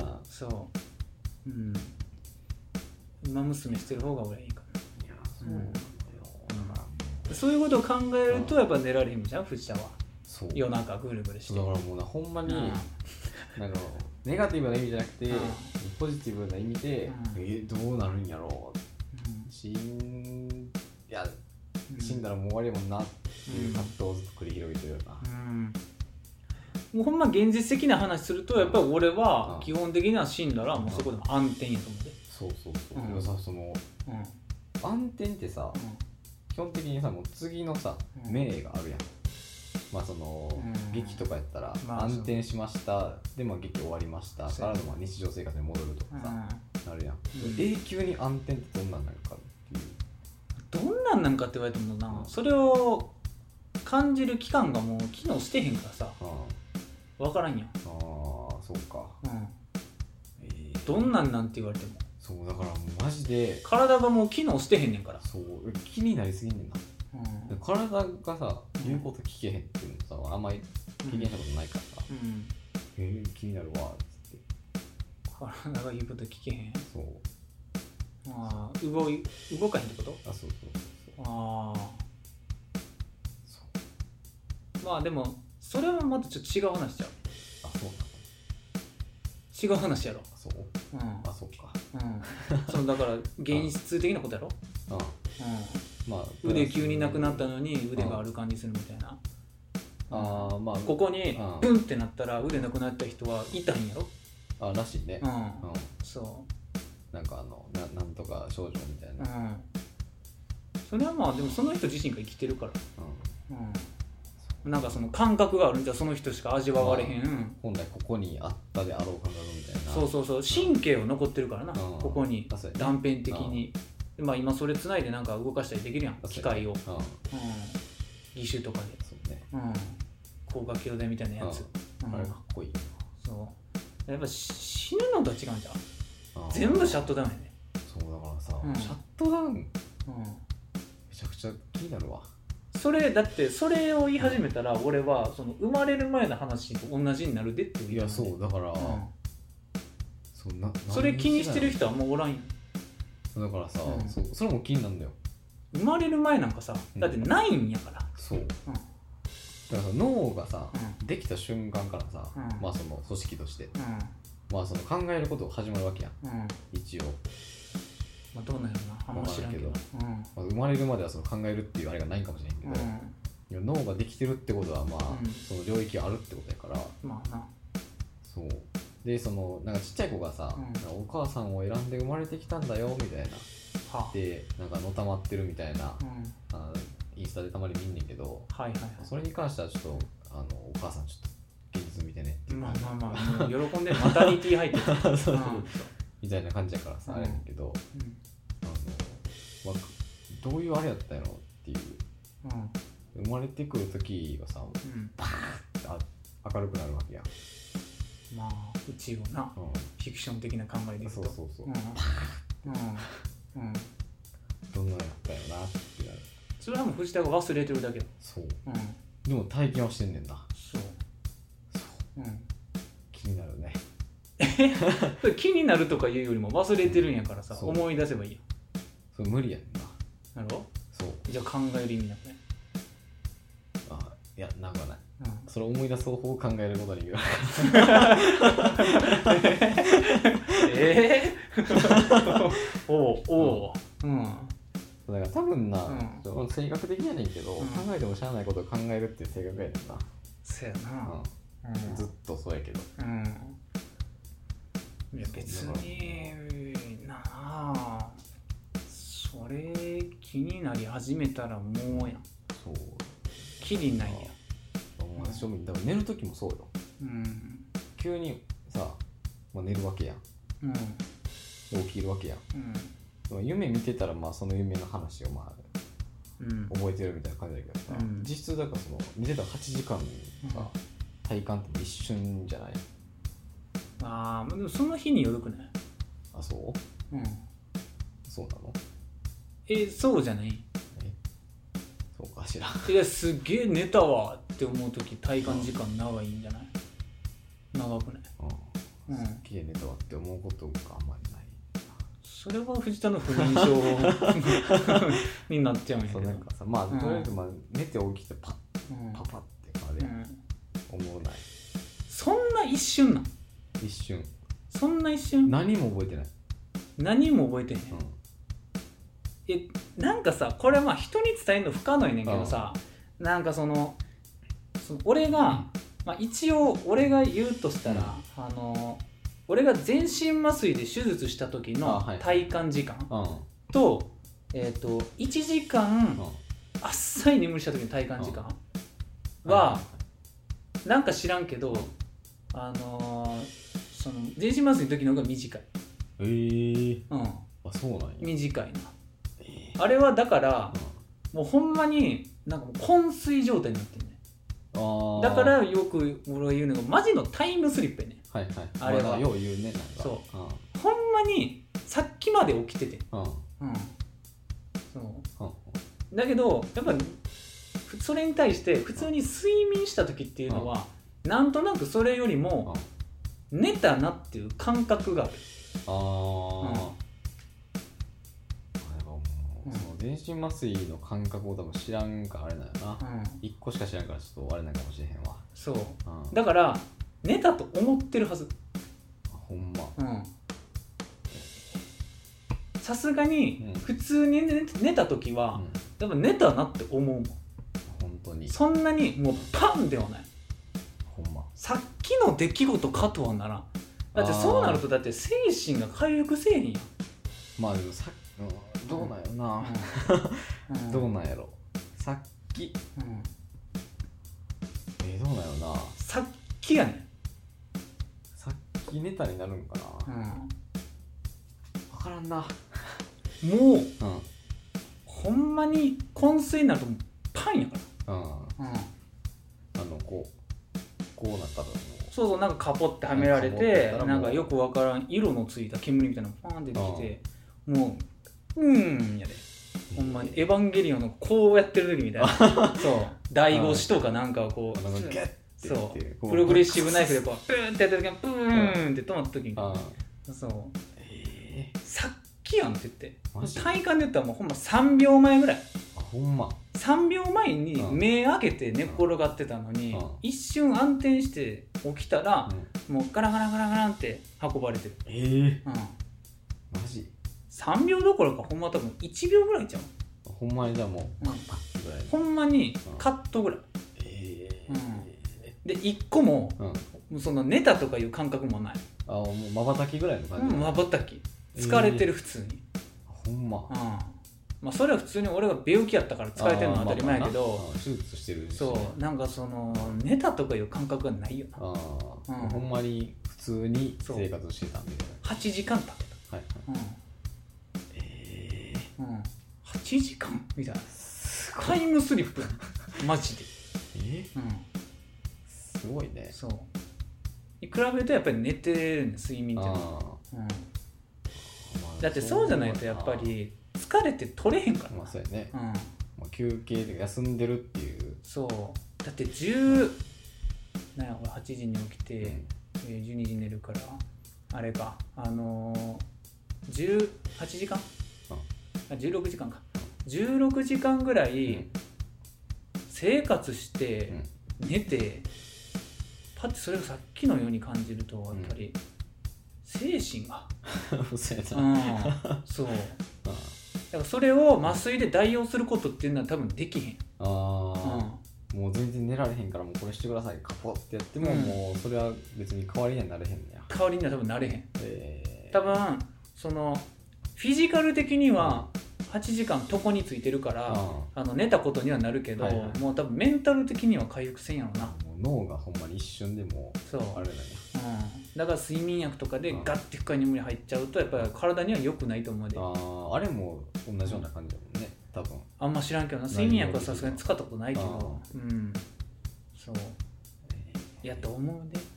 そううん馬娘してる方が俺はいいかな。いやそうなんだよ、うん、そういうことを考えるとやっぱ寝られへんじゃん藤田は。そう夜中ぐるぐるしてだからもうなほんまに、うん、なんかネガティブな意味じゃなくて、うん、ポジティブな意味で、うん、えどうなるんやろう、うん、死んいや死んだらもう終わりやもんなっていう葛藤をずっと繰り広げてるような、うん、 もうほんま現実的な話するとやっぱり俺は基本的には死んだらもうそこでも暗転やと思うで。 そうそうそう、 うん、 でもさその、うん、暗転ってさ、うん、基本的にさもう次のさ、うん、命があるやん。まあその、うん、劇とかやったら、まあ、暗転しましたでまあ劇終わりましたからのまあ日常生活に戻るとかさ、うん、なるやん、うん、永久に暗転ってどんなんなるかっていう。 どんなんなんかって言われてもな、うん、それを感じる期間がもう機能してへんからさ、うん、分からんやん。ああそうか、うんえー、どんなんなんて言われてもそうだからマジで体がもう機能してへんねんから。 そう気になりすぎんねんな、うん、体がさ言うこと聞けへんっていうのさあんまり経験したことないからさ、うんうん、えー、気になるわっつって体が言うこと聞けへん。 そうああ動い動かへんってこと。 あそうそうそうそうああそうまあでもそれはまたちょっと違う話ちゃう。 あそうなの違う話やろ。 そう、うん、あそうか、 うん、そうだから現実的なことやろ。うん、うんまあ、腕急になくなったのに腕がある感じするみたいな。ああまあここにブンってなったら腕なくなった人は痛いんやろ。 あらしいね。うん、うん、 そうなんかあの な, なんとか症状みたいな、うん、 それはまあでもその人自身が生きてるから、うんうん、なんかその感覚があるんじゃその人しか味わわれへん、まあ、 本来ここにあったであろう感覚みたいな。 そうそうそう神経は残ってるからな、うん、ここに断片的に、うん、まあ今それつないでなんか動かしたりできるやん機械を、うんうん、義手とかでそうね、うん、高架橋でみたいなやつ、 うん、あれかっこいい。 そうやっぱ死ぬのとは違うんじゃん。全部シャットダウンやね。 そうだからさ、うん、シャットダウン、うん、めちゃくちゃ気になるわ。 それだってそれを言い始めたら、うん、俺はその生まれる前の話と同じになるでって言う。 いやそうだから、うん、 そ, なそれ気にしてる人はもうおらんよ。 だからさ、うん、そ, それも気になるんだよ。 生まれる前なんかさだってないんやから、 うん、そう、うん、だからさ脳がさ、うん、できた瞬間からさ、うん、まあその組織として、うんまあその考えることが始まるわけやん、うん、一応。 まあどうなんやろな、あんま知らんけど、うんまあ、生まれるまではその考えるっていうあれがないかもしれんけど、うん、脳ができてるってことはまあ、うん、その領域があるってことやから。まあな。そうでそのなんかちっちゃい子がさ、うん、お母さんを選んで生まれてきたんだよみたいな、はでなんかのたまってるみたいな、うん、あインスタでたまに見んねんけど、はいはいはい、それに関してはちょっとあのお母さんちょっと現実見てねっていうまあまあまあ喜んでマタニティ入ってるそうそう、うん、 みたいな感じやからさ、うん、あれやけど、うん、あの、まあ、どういうあれやったんやろっていう、うん、生まれてくる時はさ、うん、パーッて明るくなるわけやん。 まあうちをな、うん、フィクション的な考えでいくとそうそうそう、うん、パーッうんうん、どんなのやったんやろなってなる。 それはもう藤田が忘れてるだけだ。 そう、うん、でも体験はしてんねんな。 そううん、気になるね気になるとかいうよりも忘れてるんやからさ、うん、思い出せばいいやん。 それ無理やんな。なるほど。 そうじゃあ考える意味なくね。 あいやなんかない、うん、それ思い出す方法を考えることに言うえー、おうおう、うん、 だから多分な、うん、性格的やねんけど、うん、考えてもしゃあないことを考えるっていう性格やねんな。 そうやな、 うん、ずっとそうやけど、うん、 いや別になあそれ気になり始めたらもうやん。 そう気にないやん。 私もだから寝る時もそうよ、うん、急にさ、まあ、寝るわけやん、うん、起きるわけやん、うん、夢見てたらまあその夢の話をまあ、うん、覚えてるみたいな感じだけどさ、うん、実質だからその見てたらはちじかんさ、うん体感って一瞬じゃない？ ああ、でもその日によるくない？ あ、そう？うん。そうなの？ え、そうじゃない？ え、そうかしら。 いや、すっげえ寝たわって思うとき体感時間長いんじゃない？長くない？ うん。すっげえ寝たわって思うことがあんまりない。 それは藤田の不眠症になっちゃうんやけど。 そうなんかさ、まあ、うん、とりあえずまあ寝て起きてパッ、うん、パパって感じで。うん思わない。 そんな一瞬なん？ 一瞬。 そんな一瞬？ 何も覚えてない。 何も覚えてへん。うん、え、なんかさ、これはまあ人に伝えるの不可能やねんけどさ、うん、なんかその、その俺がまあ、一応俺が言うとしたら、うん、あの俺が全身麻酔で手術した時の体感時間と、はいえー、といちじかんあっさり眠りした時の体感時間はなんか知らんけど、あのー、その全身麻酔の時の方が短い。 えー、うん、あそうなんや。 短いな、えー、あれはだから、うん、もうほんまになんかもう昏睡状態になってるね。あだからよく俺が言うのがマジのタイムスリップやね。 はいはい。 あれは、 まあ、よう言うねなんか。 そう。うん、ほんまにさっきまで起きてて。うん。うん。そう。うん、だけどやっぱそれに対して普通に睡眠した時っていうのは、うん、なんとなくそれよりも寝たなっていう感覚がある。ああ。うん全身麻酔の感覚を多分知らんかあれだよな、うん、いっこしか知らんからちょっとあれないかもしれへんわ。 そう、うん、だから寝たと思ってるはず。 ほんま。 さすがに普通に 寝, 寝た時は、うん、やっぱ寝たなって思うもん。 本当にそんなにもうパンではない。 ほんまさっきの出来事かとはならん。だってそうなるとだって精神が回復せえへんやん。 まあでもさっきどうなんやろな、うん、どうなんやろさっき、うん、えー、どうなんやろなさっきやねん。 さっきネタになるんかな、うん、分からんなもう、うん、ほんまに昏睡になるとパンやから、うんうん、あのこうこうなったらもうそうそうなんかカポってはめられて、うん、なんかよくわからん色のついた煙みたいなのがパーンって出てきて、うん、もううーんやでほんまにエヴァンゲリオンのこうやってる時みたいなそう第五子とかなんかこうなんかギャッてそうプログレッシブナイフでこうプーンってやった時にプーンって止まった時みたいなそう、えー、さっきやんって言って体感で言ったらもうほんまさんびょうまえぐらい。 あほんまさんびょうまえに目開けて寝っ転がってたのに、うん、一瞬暗転して起きたら、うん、もうガラガラガラガランって運ばれてる。えー、うん、 マジさんびょうどころかほんま多分いちびょうぐらいちゃう。 ほんまにじゃあもうカッパッぐらい、うん、 ほんまにカットぐらい、うんえーうん、でいっこも、うん、その寝たとかいう感覚もない。 あもう瞬きぐらいの感じ。 うん瞬き疲れてる、えー、普通にほんま、うんまあ、それは普通に俺が病気やったから疲れてるのは当たり前やけど、まあまあ、 手術してるし、ね、 そうなんかその寝たとかいう感覚がないよな。あ、 うん、ほんまに普通に生活してたみたいな。 はちじかん経ってた、はいはいうん、えー、うん、はちじかんみたいなタイムスリップマジでえー、うん、 すごいね。 そうに比べるとやっぱり寝てるね睡眠っていうのは、うんまあ、だってそうじゃないとやっぱり疲れて取れへんからな。 まあそうやね、うんまあ、休憩で休んでるっていう。 そうだってじゅうなんや俺はちじに起きて、うんえー、じゅうにじに寝るからあれかあのー、じゅうはちじかん、うん、じゅうろくじかんかじゅうろくじかんぐらい生活して寝て、うん、パッてそれがさっきのように感じるとやっぱり精神がそうやな、うん、そうだからそれを麻酔で代用することっていうのは多分できへん。ああ、うん、もう全然寝られへんからもうこれしてくださいカポってやっても、うん、もうそれは別に代わりにはなれへんねや。 代わりには多分なれへん、えー、多分そのフィジカル的にははちじかん床についてるから、うん、あの寝たことにはなるけど、はいはい、もう多分メンタル的には回復せんやろな。 もう脳がほんまに一瞬でもうあれだね、 うん、だから睡眠薬とかでガッて深い眠り入っちゃうとやっぱり体には良くないと思うで。 ああれも同じような感じだもんね多分。 あんま知らんけどな睡眠薬はさすがに使ったことないけどうんそう、えー、やと思うで、うん、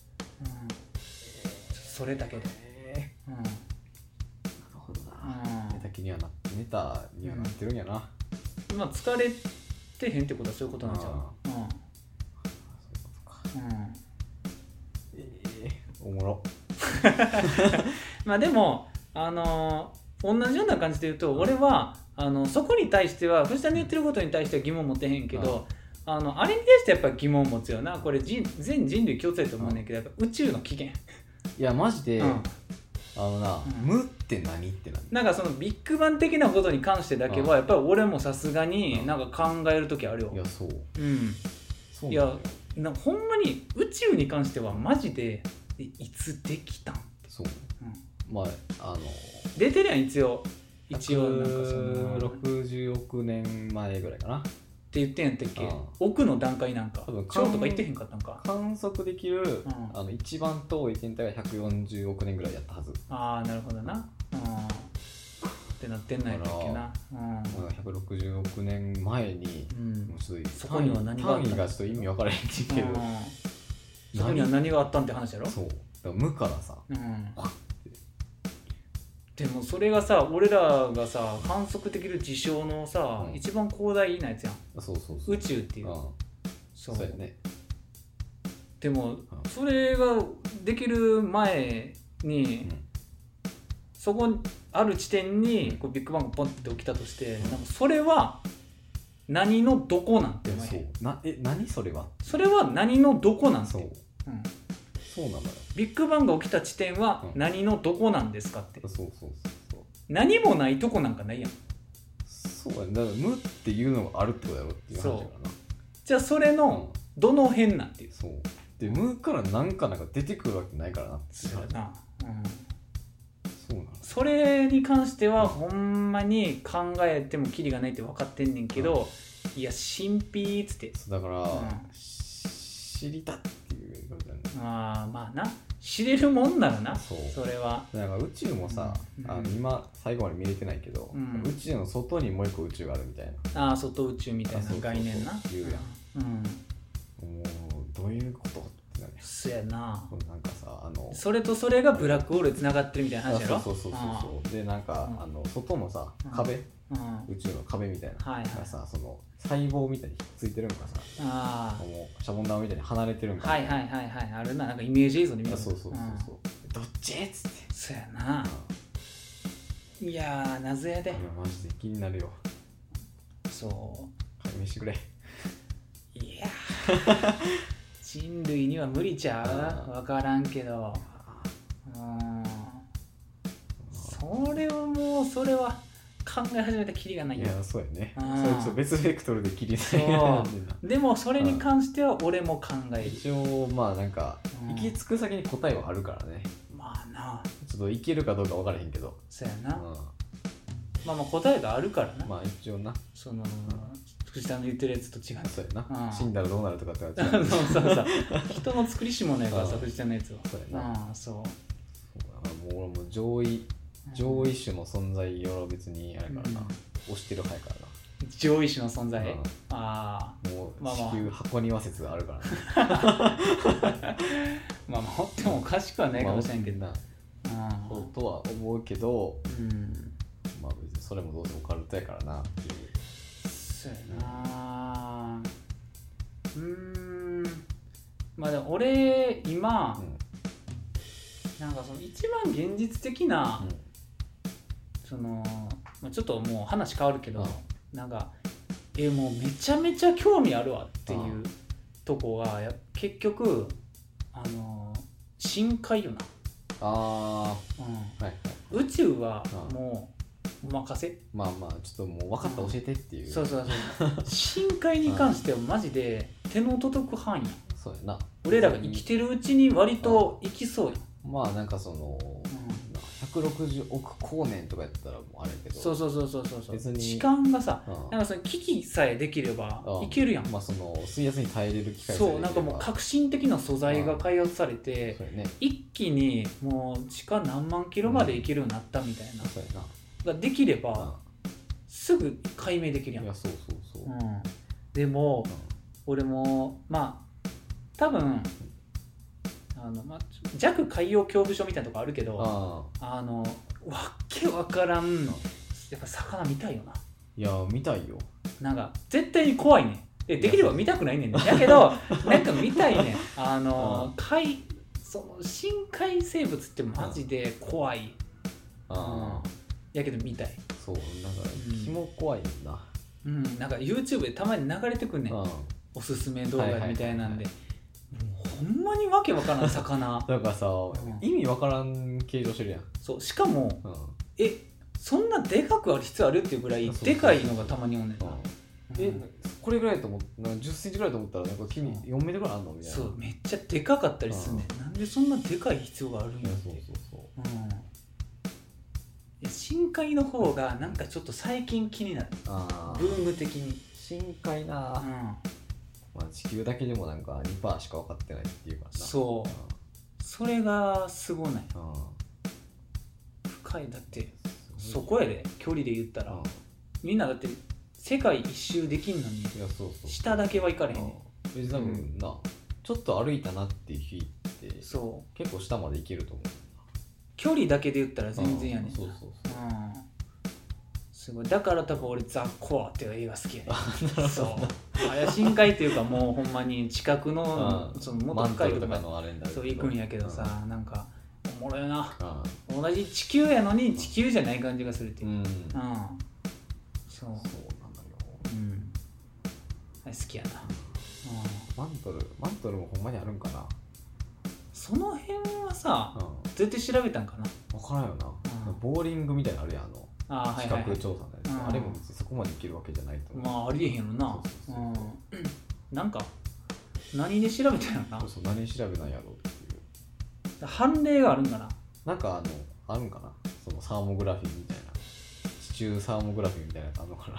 それだけで、えー、うん、なるほどな、うん、寝た気にはな寝たにはなってるんやな、 うん、まあ疲れてへんってことはそういうことなんちゃう。うん、そういうことか、うんえー、おもろまあでもあのー、同じような感じで言うと、うん、俺はあのそこに対しては藤田の言ってることに対しては疑問持てへんけど、うん、あのあれに対してやっぱ疑問持つよな。これ人全人類共通だと思うねんけど、うん、やっぱ宇宙の起源いやマジで、うん、あのな、うん、無って何って何なんかそのビッグバン的なことに関してだけはやっぱり俺もさすがになんか考えるときあるよ。 いやそう、 うん、そういやなほんまに宇宙に関してはマジでいつできたんってそう、うん、まああの出てるやん一応一応なんかそのひゃくろくじゅうおくねんまえぐらいかなって言ってんやったっけ。奥の段階なんか多分超とか言ってへんかったんか。 観測できる、うん、あの一番遠い天体がひゃくよんじゅうおくねんぐらいやったはず。 ああなるほどな、うん、ってなってんのやったっけな、うん、 ひゃくろくじゅうおくねんまえに、うん、もうちょっとそこには何があった単位がちょっと意味分からへんけど、うん、 そこには何があったんって話やろ。 そうだから無からさ、うん、 でもそれがさ俺らがさ観測できる事象のさ、うん、一番広大なやつやん。 そうそうそう宇宙っていう、うん、 そうそうやね。 でも、うん、それができる前に、うん、そこある地点にこうビッグバンがポンって起きたとして、うん、なんかそれは何のどこなんてそうなえ何それはそれは何のどこなんてそう、うん、そうなのよ。 ビッグバンが起きた地点は何のどこなんですかって、 うん、そうそうそうそう何もないとこなんかないやん。 そうやね。だから無っていうのがあるってことやろっていう話だからな。 じゃあそれのどの辺なんていう、うん、 そうで無から何かなんか出てくるわけないからなっていう話。 そうやな、うん、 そうなの。 それに関してはほんまに考えてもキリがないって分かってんねんけど、うん、いや神秘っつってだから、うん、知りたっていうことだね。 ああまあな知れるもんならな。そうそれはだから宇宙もさ、うん、あの今最後まで見れてないけど、うん、宇宙の外にもう一個宇宙があるみたいな。 ああ外宇宙みたいな概念な言うやん、うん、もうどういうことってなる。 そうやな。 なんかさあのそれとそれがブラックホールでつながってるみたいな話やろ。 そうそうそうそうでなんか、うん、あの外のさ壁、うん、宇宙の壁みたいな、はいはい、がさその細胞みたいにひっついてるんかさあもうシャボン玉みたいに離れてるんかはいはいはいはいあるな。なんかイメージ映像で見る。 そうそうそうそう、うん、どっちっつって。 そうやな、うん、いやー謎やで。いやマジで気になるよ。 そう解明してくれ。 いや人類には無理ちゃう分からんけど、うん、それはもうそれは考え始めたらキリがないよ。 いやそうやね。それちょっと別ベクトルでキリない。 でもそれに関しては俺も考える。 一応まあなんか、うん、行き着く先に答えはあるからね。 まあなちょっといけるかどうか分からへんけど。 そうやな、うん、まあまあ答えがあるからな。 まあ一応なその、うん、 藤田の言ってるやつと違う。 そうやな、うん、死んだらどうなるとかってやつそうそうそう人の作りしもないからさ藤田のやつは。 そうやな、 うん、そうそうだからもう俺も上位上位種の存在は別にあれからな、うん、押してる派やからな。 上位種の存在、 うん、 ああもう地球箱庭説があるからね。 まあまあ掘ってもおかしくはないかもしれんけどな、 うん、とは思うけど、うん、まあ別にそれもどうせオカルトやからなっていう。 そうやなうーんまあでも俺今、うん、なんかその一番現実的な、うんそのちょっともう話変わるけど、うん、なんかえもうめちゃめちゃ興味あるわっていうとこがや結局あの深海よな。 あ、うんはいはい、宇宙はもうお任せ。 まあまあちょっともう分かった教えてっていう、 うん、そうそうそう深海に関してはマジで手の届く範囲や。 そうやな。 俺らが生きてるうちに割と生きそうや。 まあなんかその、うんひゃくろくじゅうおく光年とかやったらもうあれやけどそうそうそうそうそう別に時間がさ、うん、なんかその機器さえできればいけるやん、 うん、まあその水圧に耐えれる機械さえそうなんかもう革新的な素材が開発されて、うんね、一気にもう地下何万キロまでいけるようになったみたいな、うん、そうやなができれば、うん、すぐ解明できるやん。 いやそうそうそう、うん、 でも、うん、俺もまあ多分あのまあ、弱海洋恐怖症みたいなとこあるけど あ, あのわけわからんのやっぱ魚見たいよな。 いや見たいよ。 なんか絶対に怖いねん。で, できれば見たくないねんね。だけどなんか見たいねん。あの海その深海生物ってマジで怖い。あ、うん、やけど見たい。 そうなんか気も怖いな。 うん、なんか YouTube でたまに流れてくんねん。おすすめ動画みたいなんで。はいはいはいはいほんまにわけわからん魚だからさ、うん、意味わからん形状してるやん。 そうしかも、うん、えそんなでかくある必要あるっていうぐらいでかいのがたまにおんねんな、 うん、えこれぐらいと思ったじゅっセンチぐらいと思ったらなんか君よんメートルぐらいあんのみたいな。 そうめっちゃでかかったりするね、うん、なんでそんなでかい必要があるんやって。 そうそうそう、 うん、いや深海の方がなんかちょっと最近気になる。あブーム的に深海な、うん、まあ、地球だけでもなんか にパーセント しか分かってないっていうかな。 そう、うん、それがすごない、うん、深いだってそこやで距離で言ったら、うん、みんなだって世界一周できんのに、いやそうそう下だけは行かれへんねん。 え多分な、うん、ちょっと歩いたなっていう日ってそう結構下まで行けると思う。 距離だけで言ったら全然やねん。そうそうそう、うん、すごい。だから多分俺ザ・コアっていう映画好きやねん。そうあれ深海っていうかもうほんまに近くの、うん、そのもっと深いところまでそう行くんやけどさ、うん、なんかおもろいな、うん、同じ地球やのに地球じゃない感じがするっていう、うんうん、そうそうなんだよ、うん、あれ好きやな、 うん、マントルマントルもほんまにあるんかな。 その辺はさ、うん、絶対調べたんかな。 分からんよな、うん、ボーリングみたいなのあるやん、あのあ、はいはいはい、視覚調査のやつ、うん、あれも別にそこまでいけるわけじゃないと思う。 まあありえへんよな。そうそうそう、うん、なんか何で調べたんやろな。 そうそう何で調べなんやろうっていう判例があるんかな。 なんかあのあるんかな、そのサーモグラフィーみたいな、地中サーモグラフィーみたいなやつあるのかな。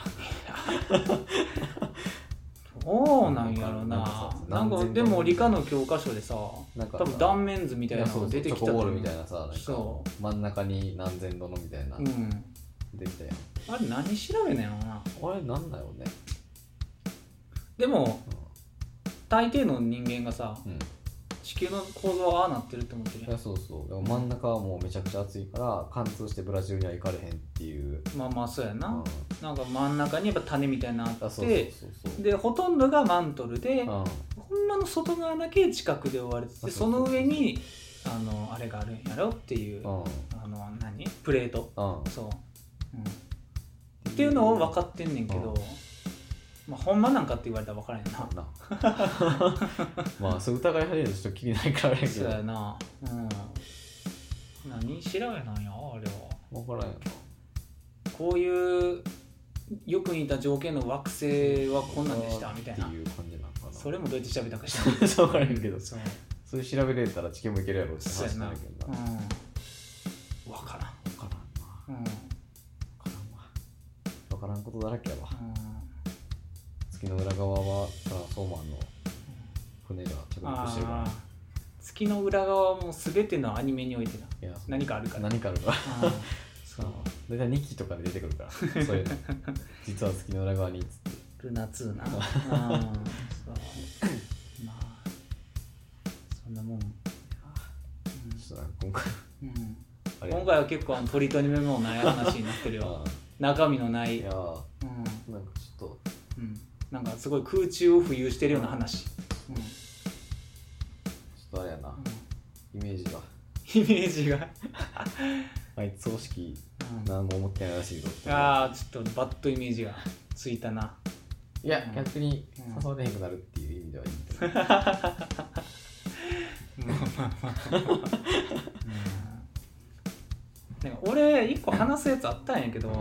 そうなんやろな。なんかでも理科の教科書でさ、なんか多分断面図みたいなのが出てきたと思う。チョコボールみたいなさ、なんか真ん中に何千度のみたいな、うん、出てきたやん。あれ何調べねんのな。あれなんだよね。 でも、うん、大抵の人間がさ、うん、地球の構造はああなってるって思ってるやん。 いやそうそう。でも真ん中はもうめちゃくちゃ暑いから貫通してブラジルには行かれへんっていう。 まあまあそうやな、うん、なんか真ん中にやっぱ種みたいなのあって、でほとんどがマントルで、うん、ほんまの外側だけ近くで覆われてて、その上にあのあれがあるんやろっていう、うん、あの何プレート、うん、そう、うん、っていうのを分かってんねんけど、うん、まあ、ほんまなんかって言われたら分からへんな。 まあそう疑い始めるとちょっと気にないからやけど。 そうやな、うん、何調べなんやあれは。 分からんよな。 こういうよく似た条件の惑星はこんなんでしたみたいな。 っていう感じなのかな。 それもどうやって調べたか知らない。 そう分からへんけど、そうそれ調べれたら地球もいけるやろって話なんだけどな。うん、分からん分からんな、うん、分からんわ。分からんことだらけやわ、うん、月の裏側はトランスフォーマーの船が着陸してるから。 月の裏側も全てのアニメにおいてな何かあるから。 何かあるから。そう大体にきとかで出てくるからそういうの実は月の裏側にっつってルナツーな。うんそうまあそんなもん。ちょっと今回、 うん、今回は結構あの取り留めもない話になってるよ。中身のない。いや、うん、 なんかちょっと、 うん、なんかすごい空中を浮遊してるような話、うん、ちょっとあれやな、うん、イメージがイメージがあいつ葬式何も思ってないらしいぞって、 うん、ああちょっとバッドイメージがついたな。 いや、うん、逆に誘われへんくなるっていう意味ではいいけど、うん、まあまあまあなんか俺一個話すやつあったんやけど、な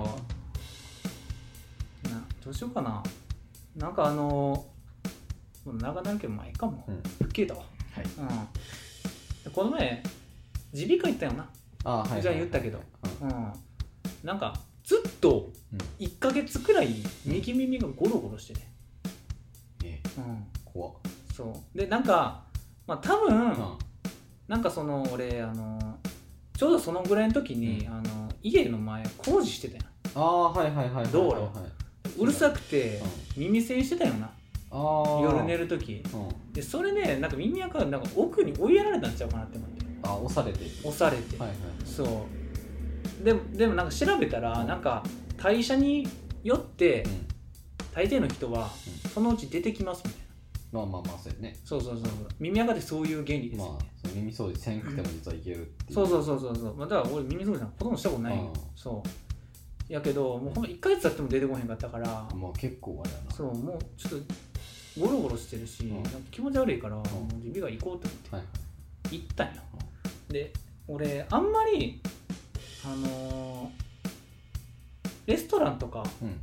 どうしようかな。なんかあのもう長なるけど前かも、うん、吹っ切れたわ、はい、うん、この前耳鼻科行ったよな。あ、はいはいはい、じゃあ言ったけど、うんうん、なんかずっといっかげつくらい右耳がゴロゴロしてね、 えーうん、怖っ。 そうでなんかまあ多分、うん、なんかその俺あのちょうどそのぐらいの時に、うん、あの家の前工事してたよ。 ああはいはいはいはい、はい、 道路、うるさくて耳栓してたよな、あ夜寝る時、うん、でそれねなんか耳垢がなんか奥に追いやられたんちゃうかなって思って。 あ押されて押されて、はいはい、そうでもでもなんか調べたら、うん、なんか代謝によって、うん、大抵の人はそのうち出てきますみたいな、うん、まあまあまあそうやね。 そうそうそう耳垢ってそういう原理ですよね、まあ、 その耳掃除せんくても実はいけるっていう、 うん、そうそうそうそうそう、まあ、だから俺耳掃除なんかほとんどしたことないよ、うん、そうやけどもうほんまいっかげつ経っても出てこへんかったから、 まあ結構あれやな。そうもうちょっとゴロゴロしてるし、うん、なんか気持ち悪いから、うん、もう耳が行こうって思って、はいはい、行ったんよ、うん、で俺あんまりあのー、レストランとか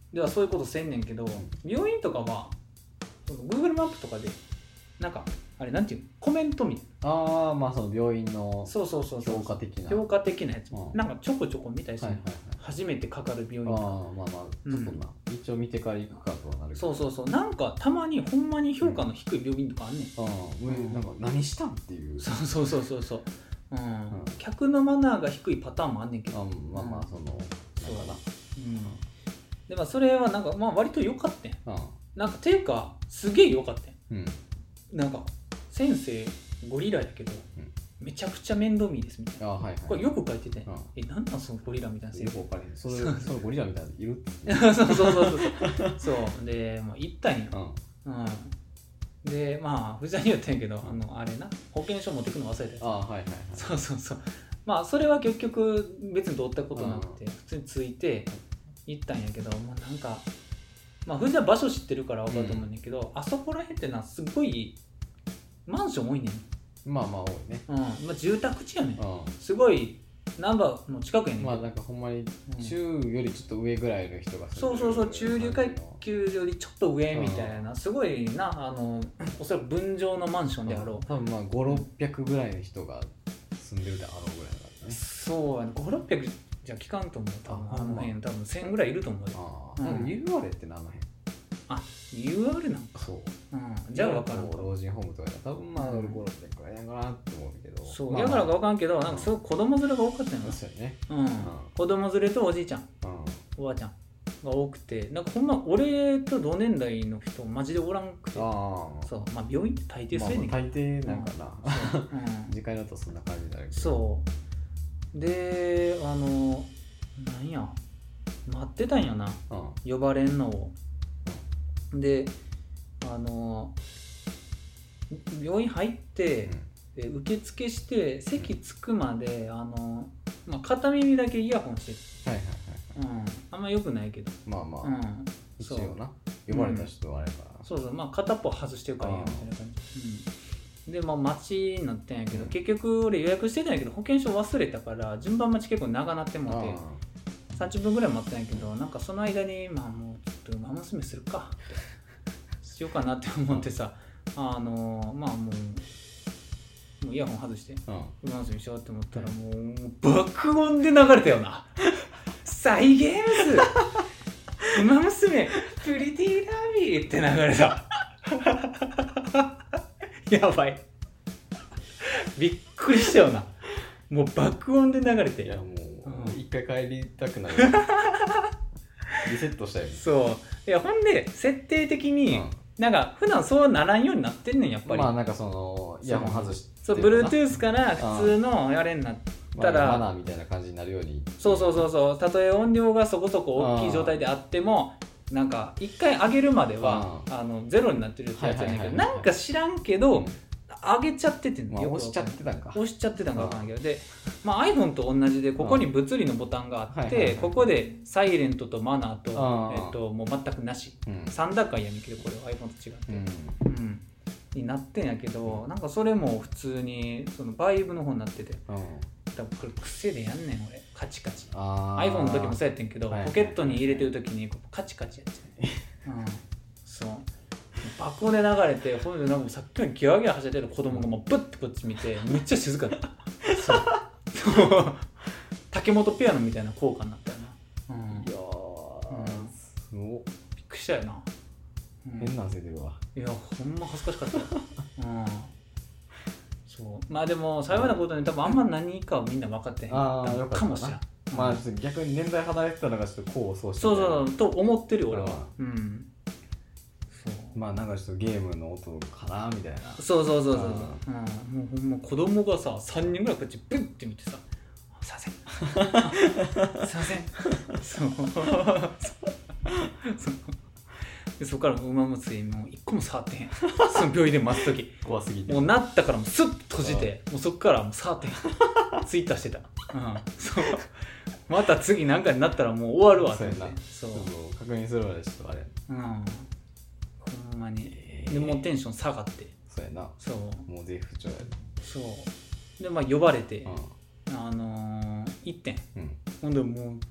ではそういうことせんねんけど、病院とかは Google マップとかでなんかあれなんていうのコメントみたいな、 ああまあその病院のそうそうそうそう評価的な評価的なやつ、 うん、 なんかちょこちょこ見たりする、 はいはいはい、 初めてかかる病院とか、 ああまあまあちょっとな、うん、一応見てから行くかとはなるけど、 そうそうそう、なんかたまにほんまに評価の低い病院とかあんねん、 うん、うん、なんか何したんっていう、 そうそうそうそうそう、うんうん、客のマナーが低いパターンもあんねんけど、 あまあまあその、うん、なんかな、 うん、でもそれはなんかまあ割と良かったん、 うん、 なんかていうかすげえ良かったん、 うん、 なんか先生ゴリラやけど、うん、めちゃくちゃ面倒見いですみたいな、あ、はいはい、これよく書いてて、うん、え、なんなんそのゴリラみたいな先生、 よく分かれへん、それそのゴリラみたいなのいるそうそうそうそうそうで、もう行ったんよ、うん、うん、でまあふざに言ったんやけど、あのあれな保険証持ってくの忘れたやつ、あ、はいはいはい、そうそうそう、まあそれは結局別に通ったことなくて、うん、普通に着いて行ったんやけど、もうなんかまあふざは場所知ってるから分かると思うんだけど、うん、あそこら辺ってなすごいマンション多いねん、 まあまあ多いね、 うん、まあ、住宅地やねん、うん、すごいナンバーの近くやねん、 まあなんかほんまに中よりちょっと上ぐらいの人が、うん、 そうそうそう、中流階級よりちょっと上みたいな、うん、すごいな、あのおそらく分譲のマンションであろう、 多分まあごひゃくろっぴゃくぐらいの人が住んでるであろうぐらいだからね、 そうやね、ごひゃくろっぴゃくじゃ聞かんと思う、多分 あ, あの辺多分せんぐらいいると思うよ、 あ、うん、ユーアール って何の辺、 あ、ユーアール なんか、そう、うん、じゃあ分からんか、 老人ホームとか多分まあ俺ごひゃくろっぴゃくくらいやんかなって思うけど、 そう、だからか分からんけど、なんかすごい子供連れが多かったよね、 そうやね、 うん、うん、子供連れとおじいちゃん、うん、おばあちゃんが多くて、なんかほんま俺と同年代の人マジでおらんくて、あ、そう、まあ病院って大抵そうやねんけど、まあ、 大抵なんかな、うん、時間だとそんな感じになるけど、 そうで、あのなんや待ってたんやな、うん、呼ばれんのを、で、あの病院入って、うん、で受付して席着くまで、あの、まあ、片耳だけイヤホンしてて、はいはいはい、うん、あんま良くないけど、まあまあ、うん、 一応な呼ばれた人はあれから、 うん、そうそう、まあ片っぽ外してるからいいやみたいな感じ、うん、でまあ待ちになったんやけど、うん、結局俺予約してたんやけど保険証忘れたから順番待ち結構長なってもってさんじゅっぷんぐらい待ったんやけど、なんかその間にまあもうちょっと馬娘するかってしようかなって思ってさ、あのまあもうもうイヤホン外して馬娘しようって思ったら、もう爆音で流れたよなサイゲームス馬娘プリティラビーって流れたやばい、びっくりしたよな、もう爆音で流れて、いやもう一回帰りたくなるリセットしたよ、 そういや、ほんで設定的に、うん、なんか普段そうならんようになってんねん、やっぱり、 まあなんかそのイヤホン外して、 そう Bluetooth から普通のやれになったら、 まあ、マナーみたいな感じになるように、 そうそうそうそう、たとえ音量がそこそこ大きい状態であっても、なんか一回上げるまではあのゼロになってるってやつやねんけど、なんか知らんけど、うん、上げちゃってて、 まあ、押しちゃってたんか押しちゃってたんか分からんけど、で、まあ、iPhone と同じでここに物理のボタンがあって、ここでサイレントとマナーと、えっと、もう全くなし、うん、さん段階やねんけど、これは iPhone と違って、うんうん、になってんやけど、なんかそれも普通にそのバイブの方になってて、うん、多分これ癖でやんねん俺、カチカチ、 iPhone の時もそうやってんけど、はいはいはい、ポケットに入れてる時にカチカチやってね、うん、そう爆音で流れて、ほんでなんかさっきからギャーギャー走ってる子供がもうブッてこっち見て、めっちゃ静かだったそう竹本ピアノみたいな効果になったよな、うん、いやー、うん、すごっ、びっくりしたよな、 うん、変な汗出るわ、 いやほんま恥ずかしかったよ、うん、そうまあでも幸いなことに多分あんま何かはみんな分かってへんかったかもしれん、 まあ逆に年代離れてたのがちょっと功を奏して、 そうそうと思ってるよ俺は、うん、 まあなんかちょっとゲームの音かなみたいな、 そうそうそうそう、うん、もうほんま子供がささんにんぐらいこっちブッて見てさ、すいませんすいませんそうそうでそこから馬娘もう一個も触ってへん、その病院で待つとき怖すぎて、 もうなったからもうスッと閉じて、もうそこからもう触ってへんツイッターしてた、うん、そうまた次なんかになったらもう終わるわって、 そう確認するまでちょっとあれ、 うん、ほんまに、えー、でもうテンション下がって、 そうやな、そうもう絶不調やで、 そうでまあ呼ばれて、うん、あのー、行ってん、うん、ほんでもう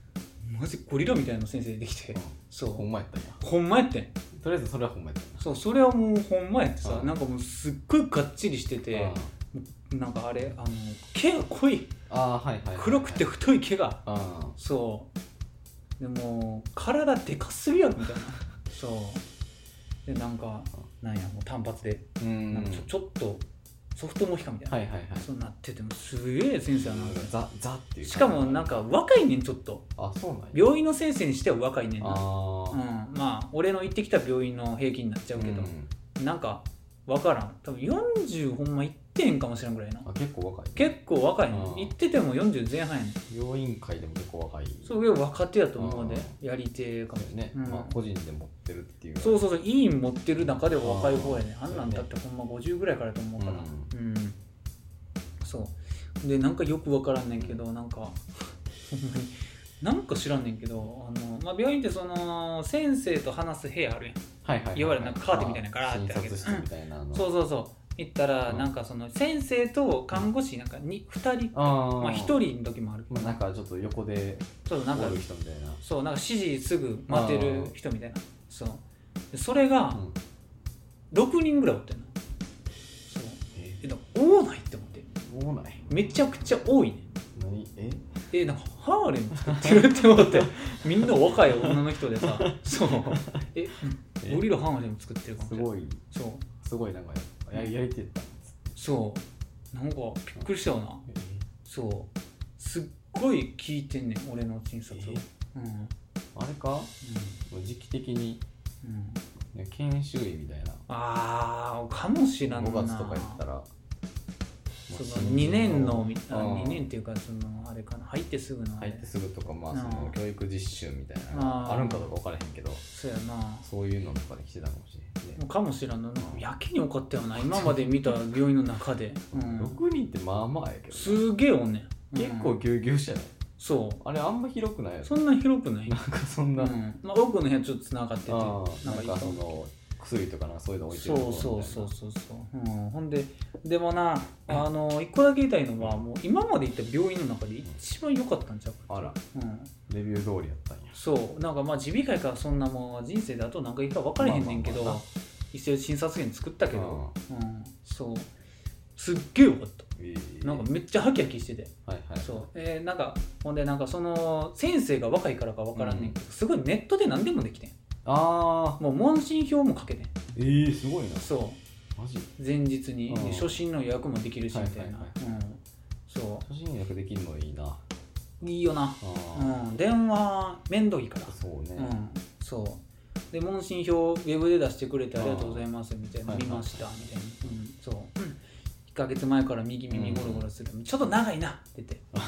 マジゴリラみたいな先生できて、 うん、 そうほんまやったんや。 ほんまやってん。 とりあえずそれはほんまやったんや。 そうそれはもうほんまやってさ、 うん、 なんかもうすっごいがっちりしてて、うん、なんかあれあの毛が濃い、 あ、はいはいはいはい、 黒くて太い毛が、 うん、 そうでも体でかすぎやろみたいなそうでなんかなんやもう単発で、うん、なんかちょ、ちょっとソフトモヒカみたいな、はいはいはい、そうなっててもすげえ先生やな、 ザザっていうしかもなんか若いねんちょっと。 あ、そうなんや。 病院の先生にしては若いねんな。 あ、 うん、まあ俺の行ってきた病院の平均になっちゃうけど、うん、なんか分からん、多分よんじゅうほんま行ってへんかもしれんぐらいな。 あ、結構若い、ね、 結構若いねん。行っててもよんじゅう前半やねん。 病院会でも結構若い。 そういう若手やと思うで、やり手かもしれない、 ね、うん、まあ、個人で持ってるっていう。 そうそうそう、医院持ってる中では若い方やねん。あんなんだってほんまごじゅうぐらいからと思うから、うん、うん、そうでなんかよく分からんねんけど、なんかほんまになんか知らんねんけど、あの、まあ、病院ってその先生と話す部屋あるやん、はいはいはいはい、いわゆるなんかカーテンみたいなのガラーって開けて、診察室みたいなの、そうそうそう行ったら、うん、なんかその先生と看護師なんかにふたり、あ、まあ、ひとりの時もあるけど、 まあ、なんかちょっと横でそうなんかおる人みたいな、 そうなんか指示すぐ待てる人みたいな、そうでそれがろくにんぐらいおってんの。そうえだ多ないって思って、 多ない、 めちゃくちゃ多いね。 何ええなんかハーレム作ってるって思ってみんな若い女の人でさそうえゴリラハーレム作ってるかもしれない。 すごい、そうすごいなんか や, やりてた、 そうなんかびっくりしたよな、えー、そうすっごい聞いてんねん俺の診察を、えーうん、 あれか、うん、時期的に、うん、研修医みたいな、 あーかもしらんな。 ごがつとかやったらそのにねんのにねんっていうかそのあれかな、入ってすぐの入ってすぐとか、まあその教育実習みたいなのがあるんかどうか分からへんけど、 そうやな、 そういうのとかで来てたかもしれんね。 かもしれんな、やけに多かったよな今まで見た病院の中で、 うん、ろくにんってまあまあやけどすげえおんねん、 うん、結構ぎゅうぎゅうじゃない。 そうあれあんま広くないよね。 そんな広くない、 なんかそんな、うん、 まあ、奥の部屋ちょっとつながってて、 あなんか, なんかその薬とかなそういうの置いてる。 そうそうそうそうそう、うん、ほんででもなあの一個だけ言いたいのは、もう今まで行った病院の中で一番良かったんちゃうか。 あら、 うん、 レビュー通りやったんや。 そうなんかまあ耳鼻科やからそんなもう人生であと何回行くか分からへんねんけど、まあまあまあ、一応診察券作ったけど、うん、そうすっげえ良かった、えー、なんかめっちゃハキハキしてて、はいはい、そうえー、なんかほんでなんかその先生が若いからか分からんねんけど、うん、すごいネットで何でもできてん。ああもう問診票も書けてん。 えー、すごいな。 そうマジ前日に初診の予約もできるしみたいな、 そう初診予約できるのいいな。 いいよな、うん、電話面倒いいから。 そうね、 うん、そうで問診票ウェブで出してくれてありがとうございますみたいな、見ましたみたいな、うん、そう、うん、いっかげつまえから右耳ゴロゴロする、うん、ちょっと長いなって言って、うん、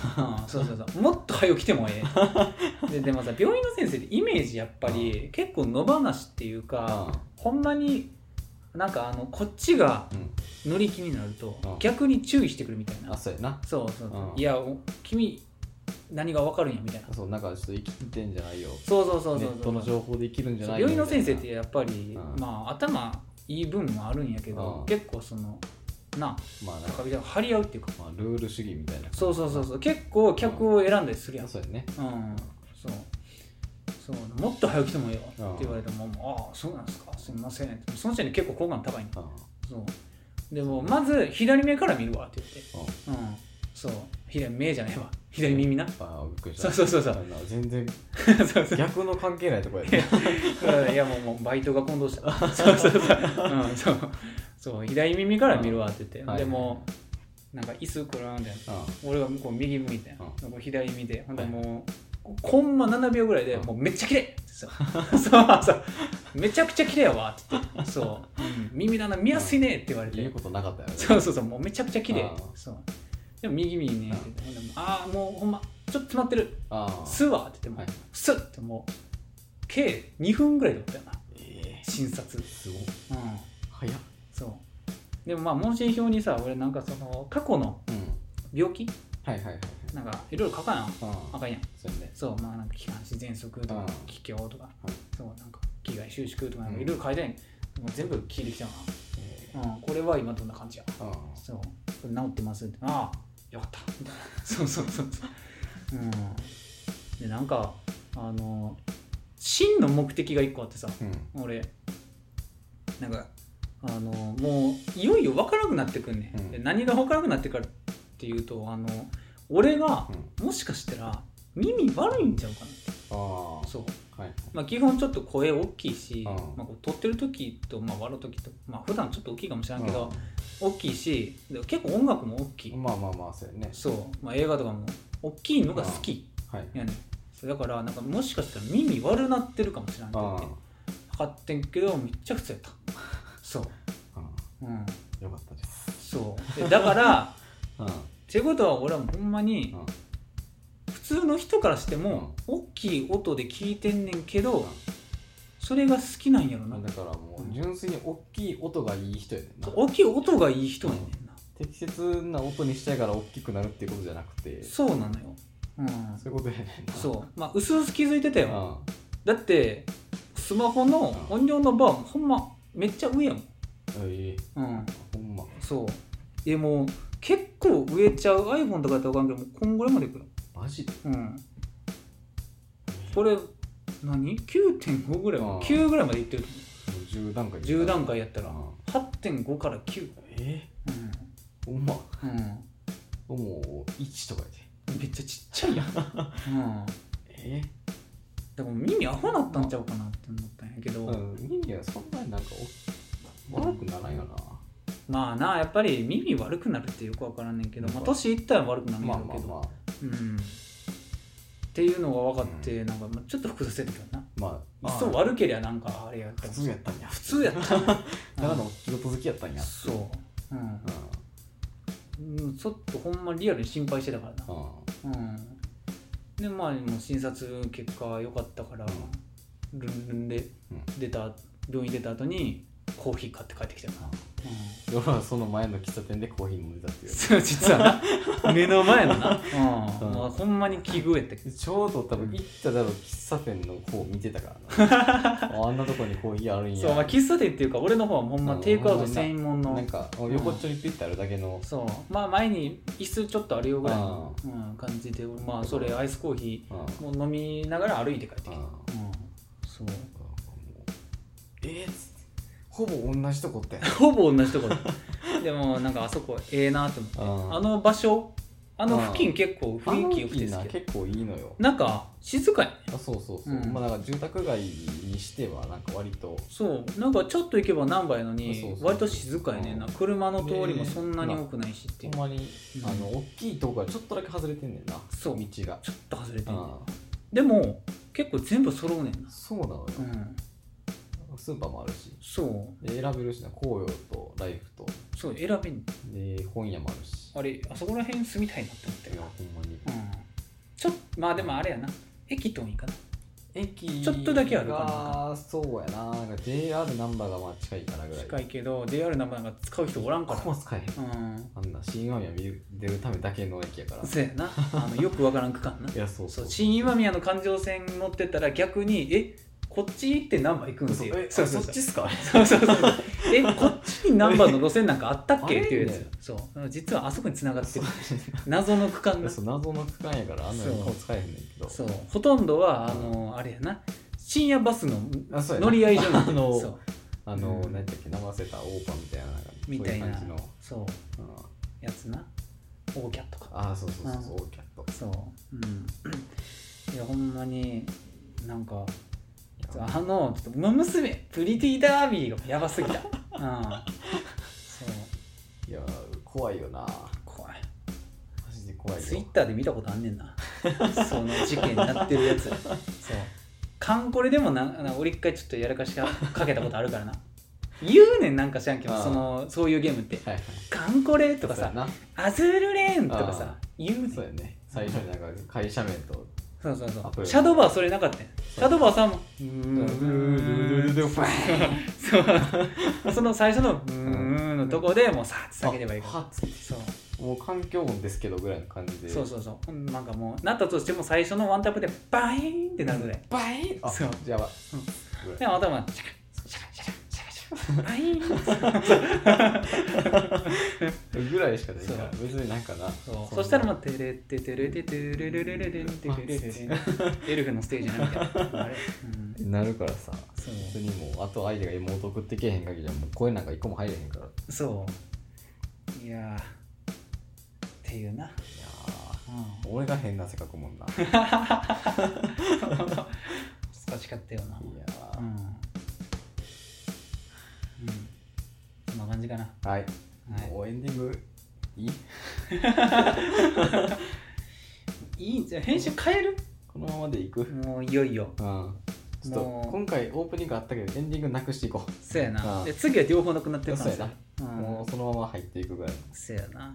そうそうそうもっと早く来てもええで, でもさ病院の先生ってイメージやっぱり結構野放しっていうか、ほんまになんかあのこっちが乗り気になると逆に注意してくるみたいな。 あ、そうやな。 そうそうそう、うん、いや君何が分かるんやみたいな。 そうなんかちょっと生きてんじゃないよ。 そうそうそうそう、 ネットの情報で生きるんじゃないよ。 病院の先生ってやっぱり、うん、まあ頭いい分もあるんやけど、うん、結構そのな、まあ、なんか張り合うっていうか、 まあ、ルール主義みたいな。 そうそうそうそう、結構客を選んだりするやん、うん、 そうやね、 うん、そうそうもっと早く来てもいいよって言われても、ああそうなんですかすみませんって、その時点で結構好感高いんだ、うん、そうでもまず左目から見るわって言って、うん、うん、そう左目じゃないわ左耳な。 ああびっくりした。 そうそうそうそう全然逆の関係ないとこやねいやもう、もうバイトが混同したそうそうそう、うん、そうそう左耳から見るわって言って、うん、でもなんか椅子くらんで、うん、俺はこう右向いて、うん、左見て、ほんでもう、はい、コンマななびょうぐらいで、うん、もうめっちゃ綺麗ってそうそうめちゃくちゃ綺麗やわって言ってそう、うん、耳の穴見やすいねって言われて、 言うことなかったよね。 そうそうそうもうめちゃくちゃ綺麗そうでも右耳ねって言って、ああもうほんまちょっと詰まってるすわって言っても、はい、スッってもう計にふんぐらいでおったよな、えー、診察すごい、うん、 早っ。 そうでもまあ問診票にさ俺なんかその過去の病気、うん、はいはいはい、なんかいろいろ書かなあかんやん。そうね。そうまあなんか気管支喘息とか気胸とか、はい、そうなんか気概収縮とかいろいろ書いてん、うん、もう全部聞いてきたな、えーうん、これは今どんな感じや、そうこれ治ってますって、ああよかったみたいなそうそうそうそう、うん、でなんかああの真の目的が一個あってさ、うん、俺なんかあのもういよいよ分からなくなってくんね、うん、で何が分からなくなってくるっていうとあの俺が、うん、もしかしたら耳悪いんちゃうかなって。あそう、はいまあ、基本ちょっと声大きいし、まあ、こう撮ってる時と、まあ、笑う時と、まあ普段ちょっと大きいかもしれんけど、大きいしで結構音楽も大きい。 まあまあまあそうやね。 そう、まあ、映画とかも大きいのが好きやね、はい、だからなんかもしかしたら耳悪なってるかもしれんって言って測ってんけどめっちゃ普通やったそう、 うんうん、よかったです。 そうでだから、うん、っていうことは俺はほんまに、うん普通の人からしても、うん、大きい音で聞いてんねんけど、うん、それが好きなんやろな。 だからもう純粋に大きい音がいい人やねんな。 大きい音がいい人やねんな、 うん、適切な音にしたいから大きくなるっていうことじゃなくてそうなのよ、 うん、そういうことやねんな。 そうまあ薄々気づいてたよ、うん、だってスマホの音量のバーほんまめっちゃ上やもん、えー、うんほんまそうえもう結構上ちゃう iPhone とかやったら分かんけどもうこんぐらいまでいくよマジでうんこれ何 きゅうてんご ぐらいきゅうぐらいまでいってると思うじゅう段階じゅう段階やったら はってんご からきゅうえー、うんほんまうんもういちとかやでめっちゃちっちゃいやん、うん、えー、でも耳アホなったんちゃうかなって思ったんやけど、 うん、耳はそんなになんか悪くならんよな、 まあなやっぱり耳悪くなるってよくわからんねんけど、まあ、年いったら悪くなるんやろうけど、まあまあまあうん、っていうのが分かって、うん、なんかちょっと複雑やったけどな、まあ、いっそ悪けりゃなんかあれやった普通やったんや普通やったんやただの仕事好きやったんやそう、うんうん、ちょっとほんまリアルに心配してたからな、うんうん、でまあもう診察結果良かったから、うん、ルンルンで出た病院出た後にコーヒー買って帰ってきたよな、 うん、俺はその前の喫茶店でコーヒー飲んでたっていうそう実はな目の前のな、うんうんまあ、ほんまに奇遇やったけどちょうど多分行っただろう喫茶店の方見てたからなあんなとこにコーヒーあるんやそう、まあ、喫茶店っていうか俺の方はほんまテイクアウト専門のなんか横っちょにピッてあるだけの、 うん、そうまあ前に椅子ちょっとあるよぐらいの、うん、感じでまあそれアイスコーヒーも飲みながら歩いて帰ってきた、うん、そうえーほぼ同じとこってほぼ同じとこでもなんかあそこええなって思ってあ, あの場所あの付近結構雰囲気良くて好き結構いいのよなんか静かやねあそうそうそう、うん、まあなんか住宅街にしてはなんか割とそうなんかちょっと行けば難波やのに割と静かやねんな、うん、車の通りもそんなに多くないしっていう、 ほんまに、うん、あの大きいとこからちょっとだけ外れてんねんなそう道がちょっと外れてんねんでも結構全部揃うねんなそうなのよ、うんスーパーもあるしそうで選べるしな紅葉とライフとそう選べんで本屋もあるしあれあそこら辺住みたいなって思っていやほんまに、うん、 ちょっまあでもあれやな駅遠いかな駅ちょっとだけあるかなそうやななんか ジェイアール ナンバーがまあ近いかなぐらい近いけど ジェイアール ナンバーが使う人おらんからここも使えへん、うん、あんな新今宮見る出るためだけの駅やからそうやなあのよくわからん区間ないやそうそうそう新今宮の環状線乗ってたら逆にえこっち行ってナンバー行くんですよ。 そうそうそうそっちっすかそうそうそうえこっちにナンバーの路線なんかあったっけっていうやつ、ね、そう実はあそこに繋がってる謎の区間がそう謎の区間やからあんなの顔使えへんねんけどそうほとんどはあのあれやな深夜バスの乗り合い所のあのそうあの、うん、何だっけ生せたオーパーみたいなみたいなそういう感じのそう、うん、やつなオーキャットかああそうそうそうそうオーキャットそううんいやほんまになんかあのちょっと馬娘プリティダービーがやばすぎた、うん、そういや怖いよな怖いマジで怖いよツイッターで見たことあんねんなその事件になってるやつそうカンコレでもなな俺一回ちょっとやらかしかかけたことあるからな言うねんなんか知らんけどそのそういうゲームって、はいはい、カンコレとかさアズールレーンとかさ言うねんそうやね最初になんか会社名とそうそうそうシャドーバーそれなかったよシャドーバーさんもうーんそうその最初のうーんのとこでもうさーって叫べばいいからそうもう環境音ですけどぐらいの感じでそうそうそうなんかもうなったとしても最初のワンタップでバイーンってなるぐらいバイーンあそうやばいでも頭シャカシャカシャカシャカシャバインぐらいしかできないから別になんかな。 そうそしたらまあテレテテレテテレレレレレレンテレレレレンエルフのステージなみたいなあれ、 うん、なるからさ、 そう別にもうあと相手が妹送ってけえへん限りはもう声なんか一個も入れへんから。 そういやーっていうな。いやー、うん、俺が変な性格もんな。 難しかったよな。いやー、うん、うん、そんな感じかな。 はい、はい、もうエンディングいいいいんじゃ編集変える？ このままでいく？もういよいよ、 うん、ちょっと今回オープニングあったけどエンディングなくしていこう。 そうやな、うん、で次は両方なくなってるからさ。 そうやな、うん、もうそのまま入っていくぐらい。 そうやな、はい、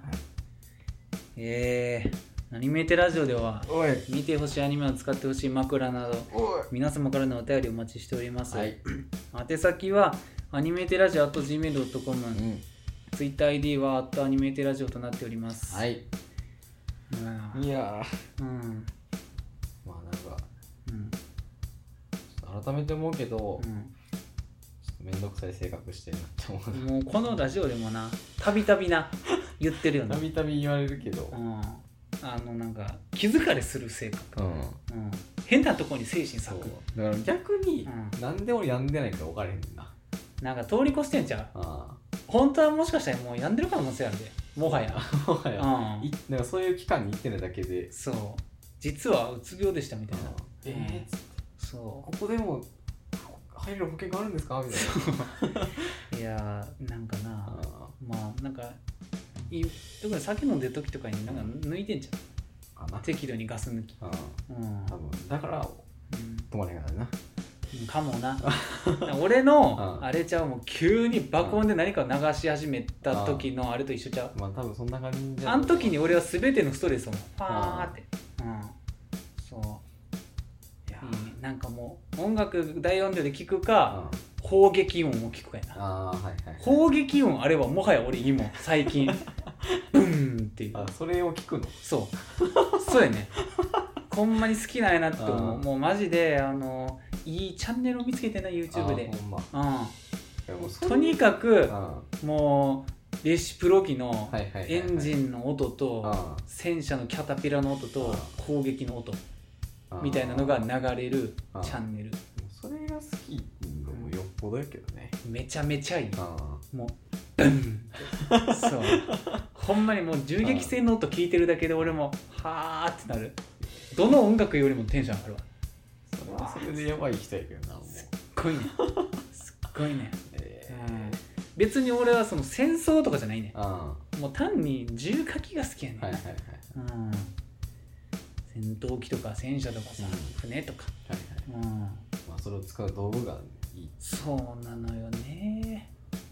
えー、アニメテラジオでは見てほしいアニメを使ってほしい枕など皆様からのお便りお待ちしております、はい、宛先はアニメテラジオ アットジーメールドットコム、うん、ツイッター アイディー はアットアニメテラジオとなっております。はい、 うん、いやー、うん、まあなんか、うん、ちょっと改めて思うけど、うん、ちょっとめんどくさい性格してるなって思う。 もうこのラジオでもなたびたびな言ってるよな。 たびたび言われるけど、 うん、あのなんか気疲れする性格、うんうん、変なとこに精神割く。 だから逆に、うん、なんで俺病んでないか分からへんねんな。 なんか通り越してんちゃう。あ本当はもしかしたらもう病んでる可能性あるで、もはやもはや、うん、なんかそういう期間に行ってるだけで、 そう実はうつ病でしたみたいな。 えー、うん、そうここでも入る保険があるんですかみたいな。いやーなんかなあまあなんかい特に酒飲んでる時とかになんか抜いてんじゃん、うん、適度にガス抜き。あ、 うん、多分だから、うん、止まれへんからなかもな。俺のあれちゃうもう急に爆音で何かを流し始めた時のあれと一緒ちゃう。 まあ多分そんな感じじゃん。 あの時に俺は全てのストレスをパーって、うん、そういやいいね。なんかもう音楽大音量で聴くか砲撃音を聴くかやな。あ、はいはいはい、砲撃音あれはもはや俺いいもん最近。ブーンっていう。 あ、それを聞くの？ そうそうやね。ほんまに好きなんやなって思う。もうマジであのいいチャンネルを見つけてな YouTube で。ほんま、うん、とにかくもうレシプロ機のエンジンの音と戦車のキャタピラの音と攻撃の音みたいなのが流れるチャンネル。 それが好きのもよっぽどやけどね。 めちゃめちゃいい。もうブンそうほんまにもう銃撃戦の音聞いてるだけで俺もはーってなる。どの音楽よりもテンション上がるわ。 それはそれでやばい人やけどな。もうすっごいねすっごいね、えーうん、別に俺はその戦争とかじゃないね。もう単に銃火器が好きやねん、はいはいはい、うん、戦闘機とか戦車とかさ、うん、船とか、はいはい、うん、まあ、それを使う道具がいい。 そうなのよね、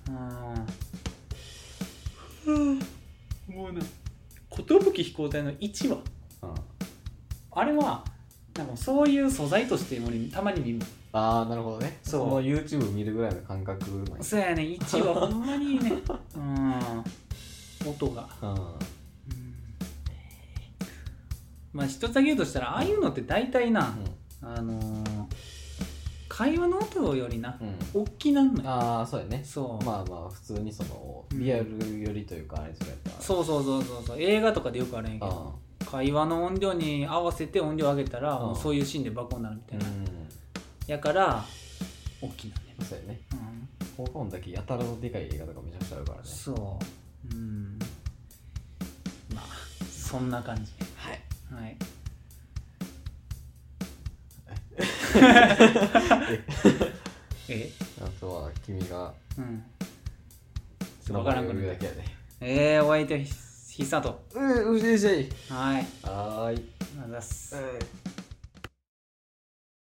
うん、もうな寿飛行隊のいちわ、うん、あれはなんかそういう素材として俺たまに見る。 ああ、なるほどね。そう、その YouTube 見るぐらいの感覚の。そうやね。いちはほんまにいいね。うん。音が。うん。まあ一つだけ言うとしたら、ああいうのって大体な、うん、あのー、会話の音よりな、うん、大きなんのよ。 ああ、そうやね。そう。まあまあ普通にそのリアルよりというか、あれそれやったら、うん。そうそうそうそうそう。映画とかでよくあるんやけど。会話の音量に合わせて音量上げたら、もうそういうシーンで爆音になるみたいな、うん、やから大きなね。 そうやね、うん、効果音だけやたらのでかい映画とかめちゃくちゃあるからね。 そう、うん、まあそんな感じ。はい、はい、 えあとは君がうん分からんくなるだけやで。えー、お相手必殺と。 うん、うれしい。 はい。 はーい。 ありがとうございます。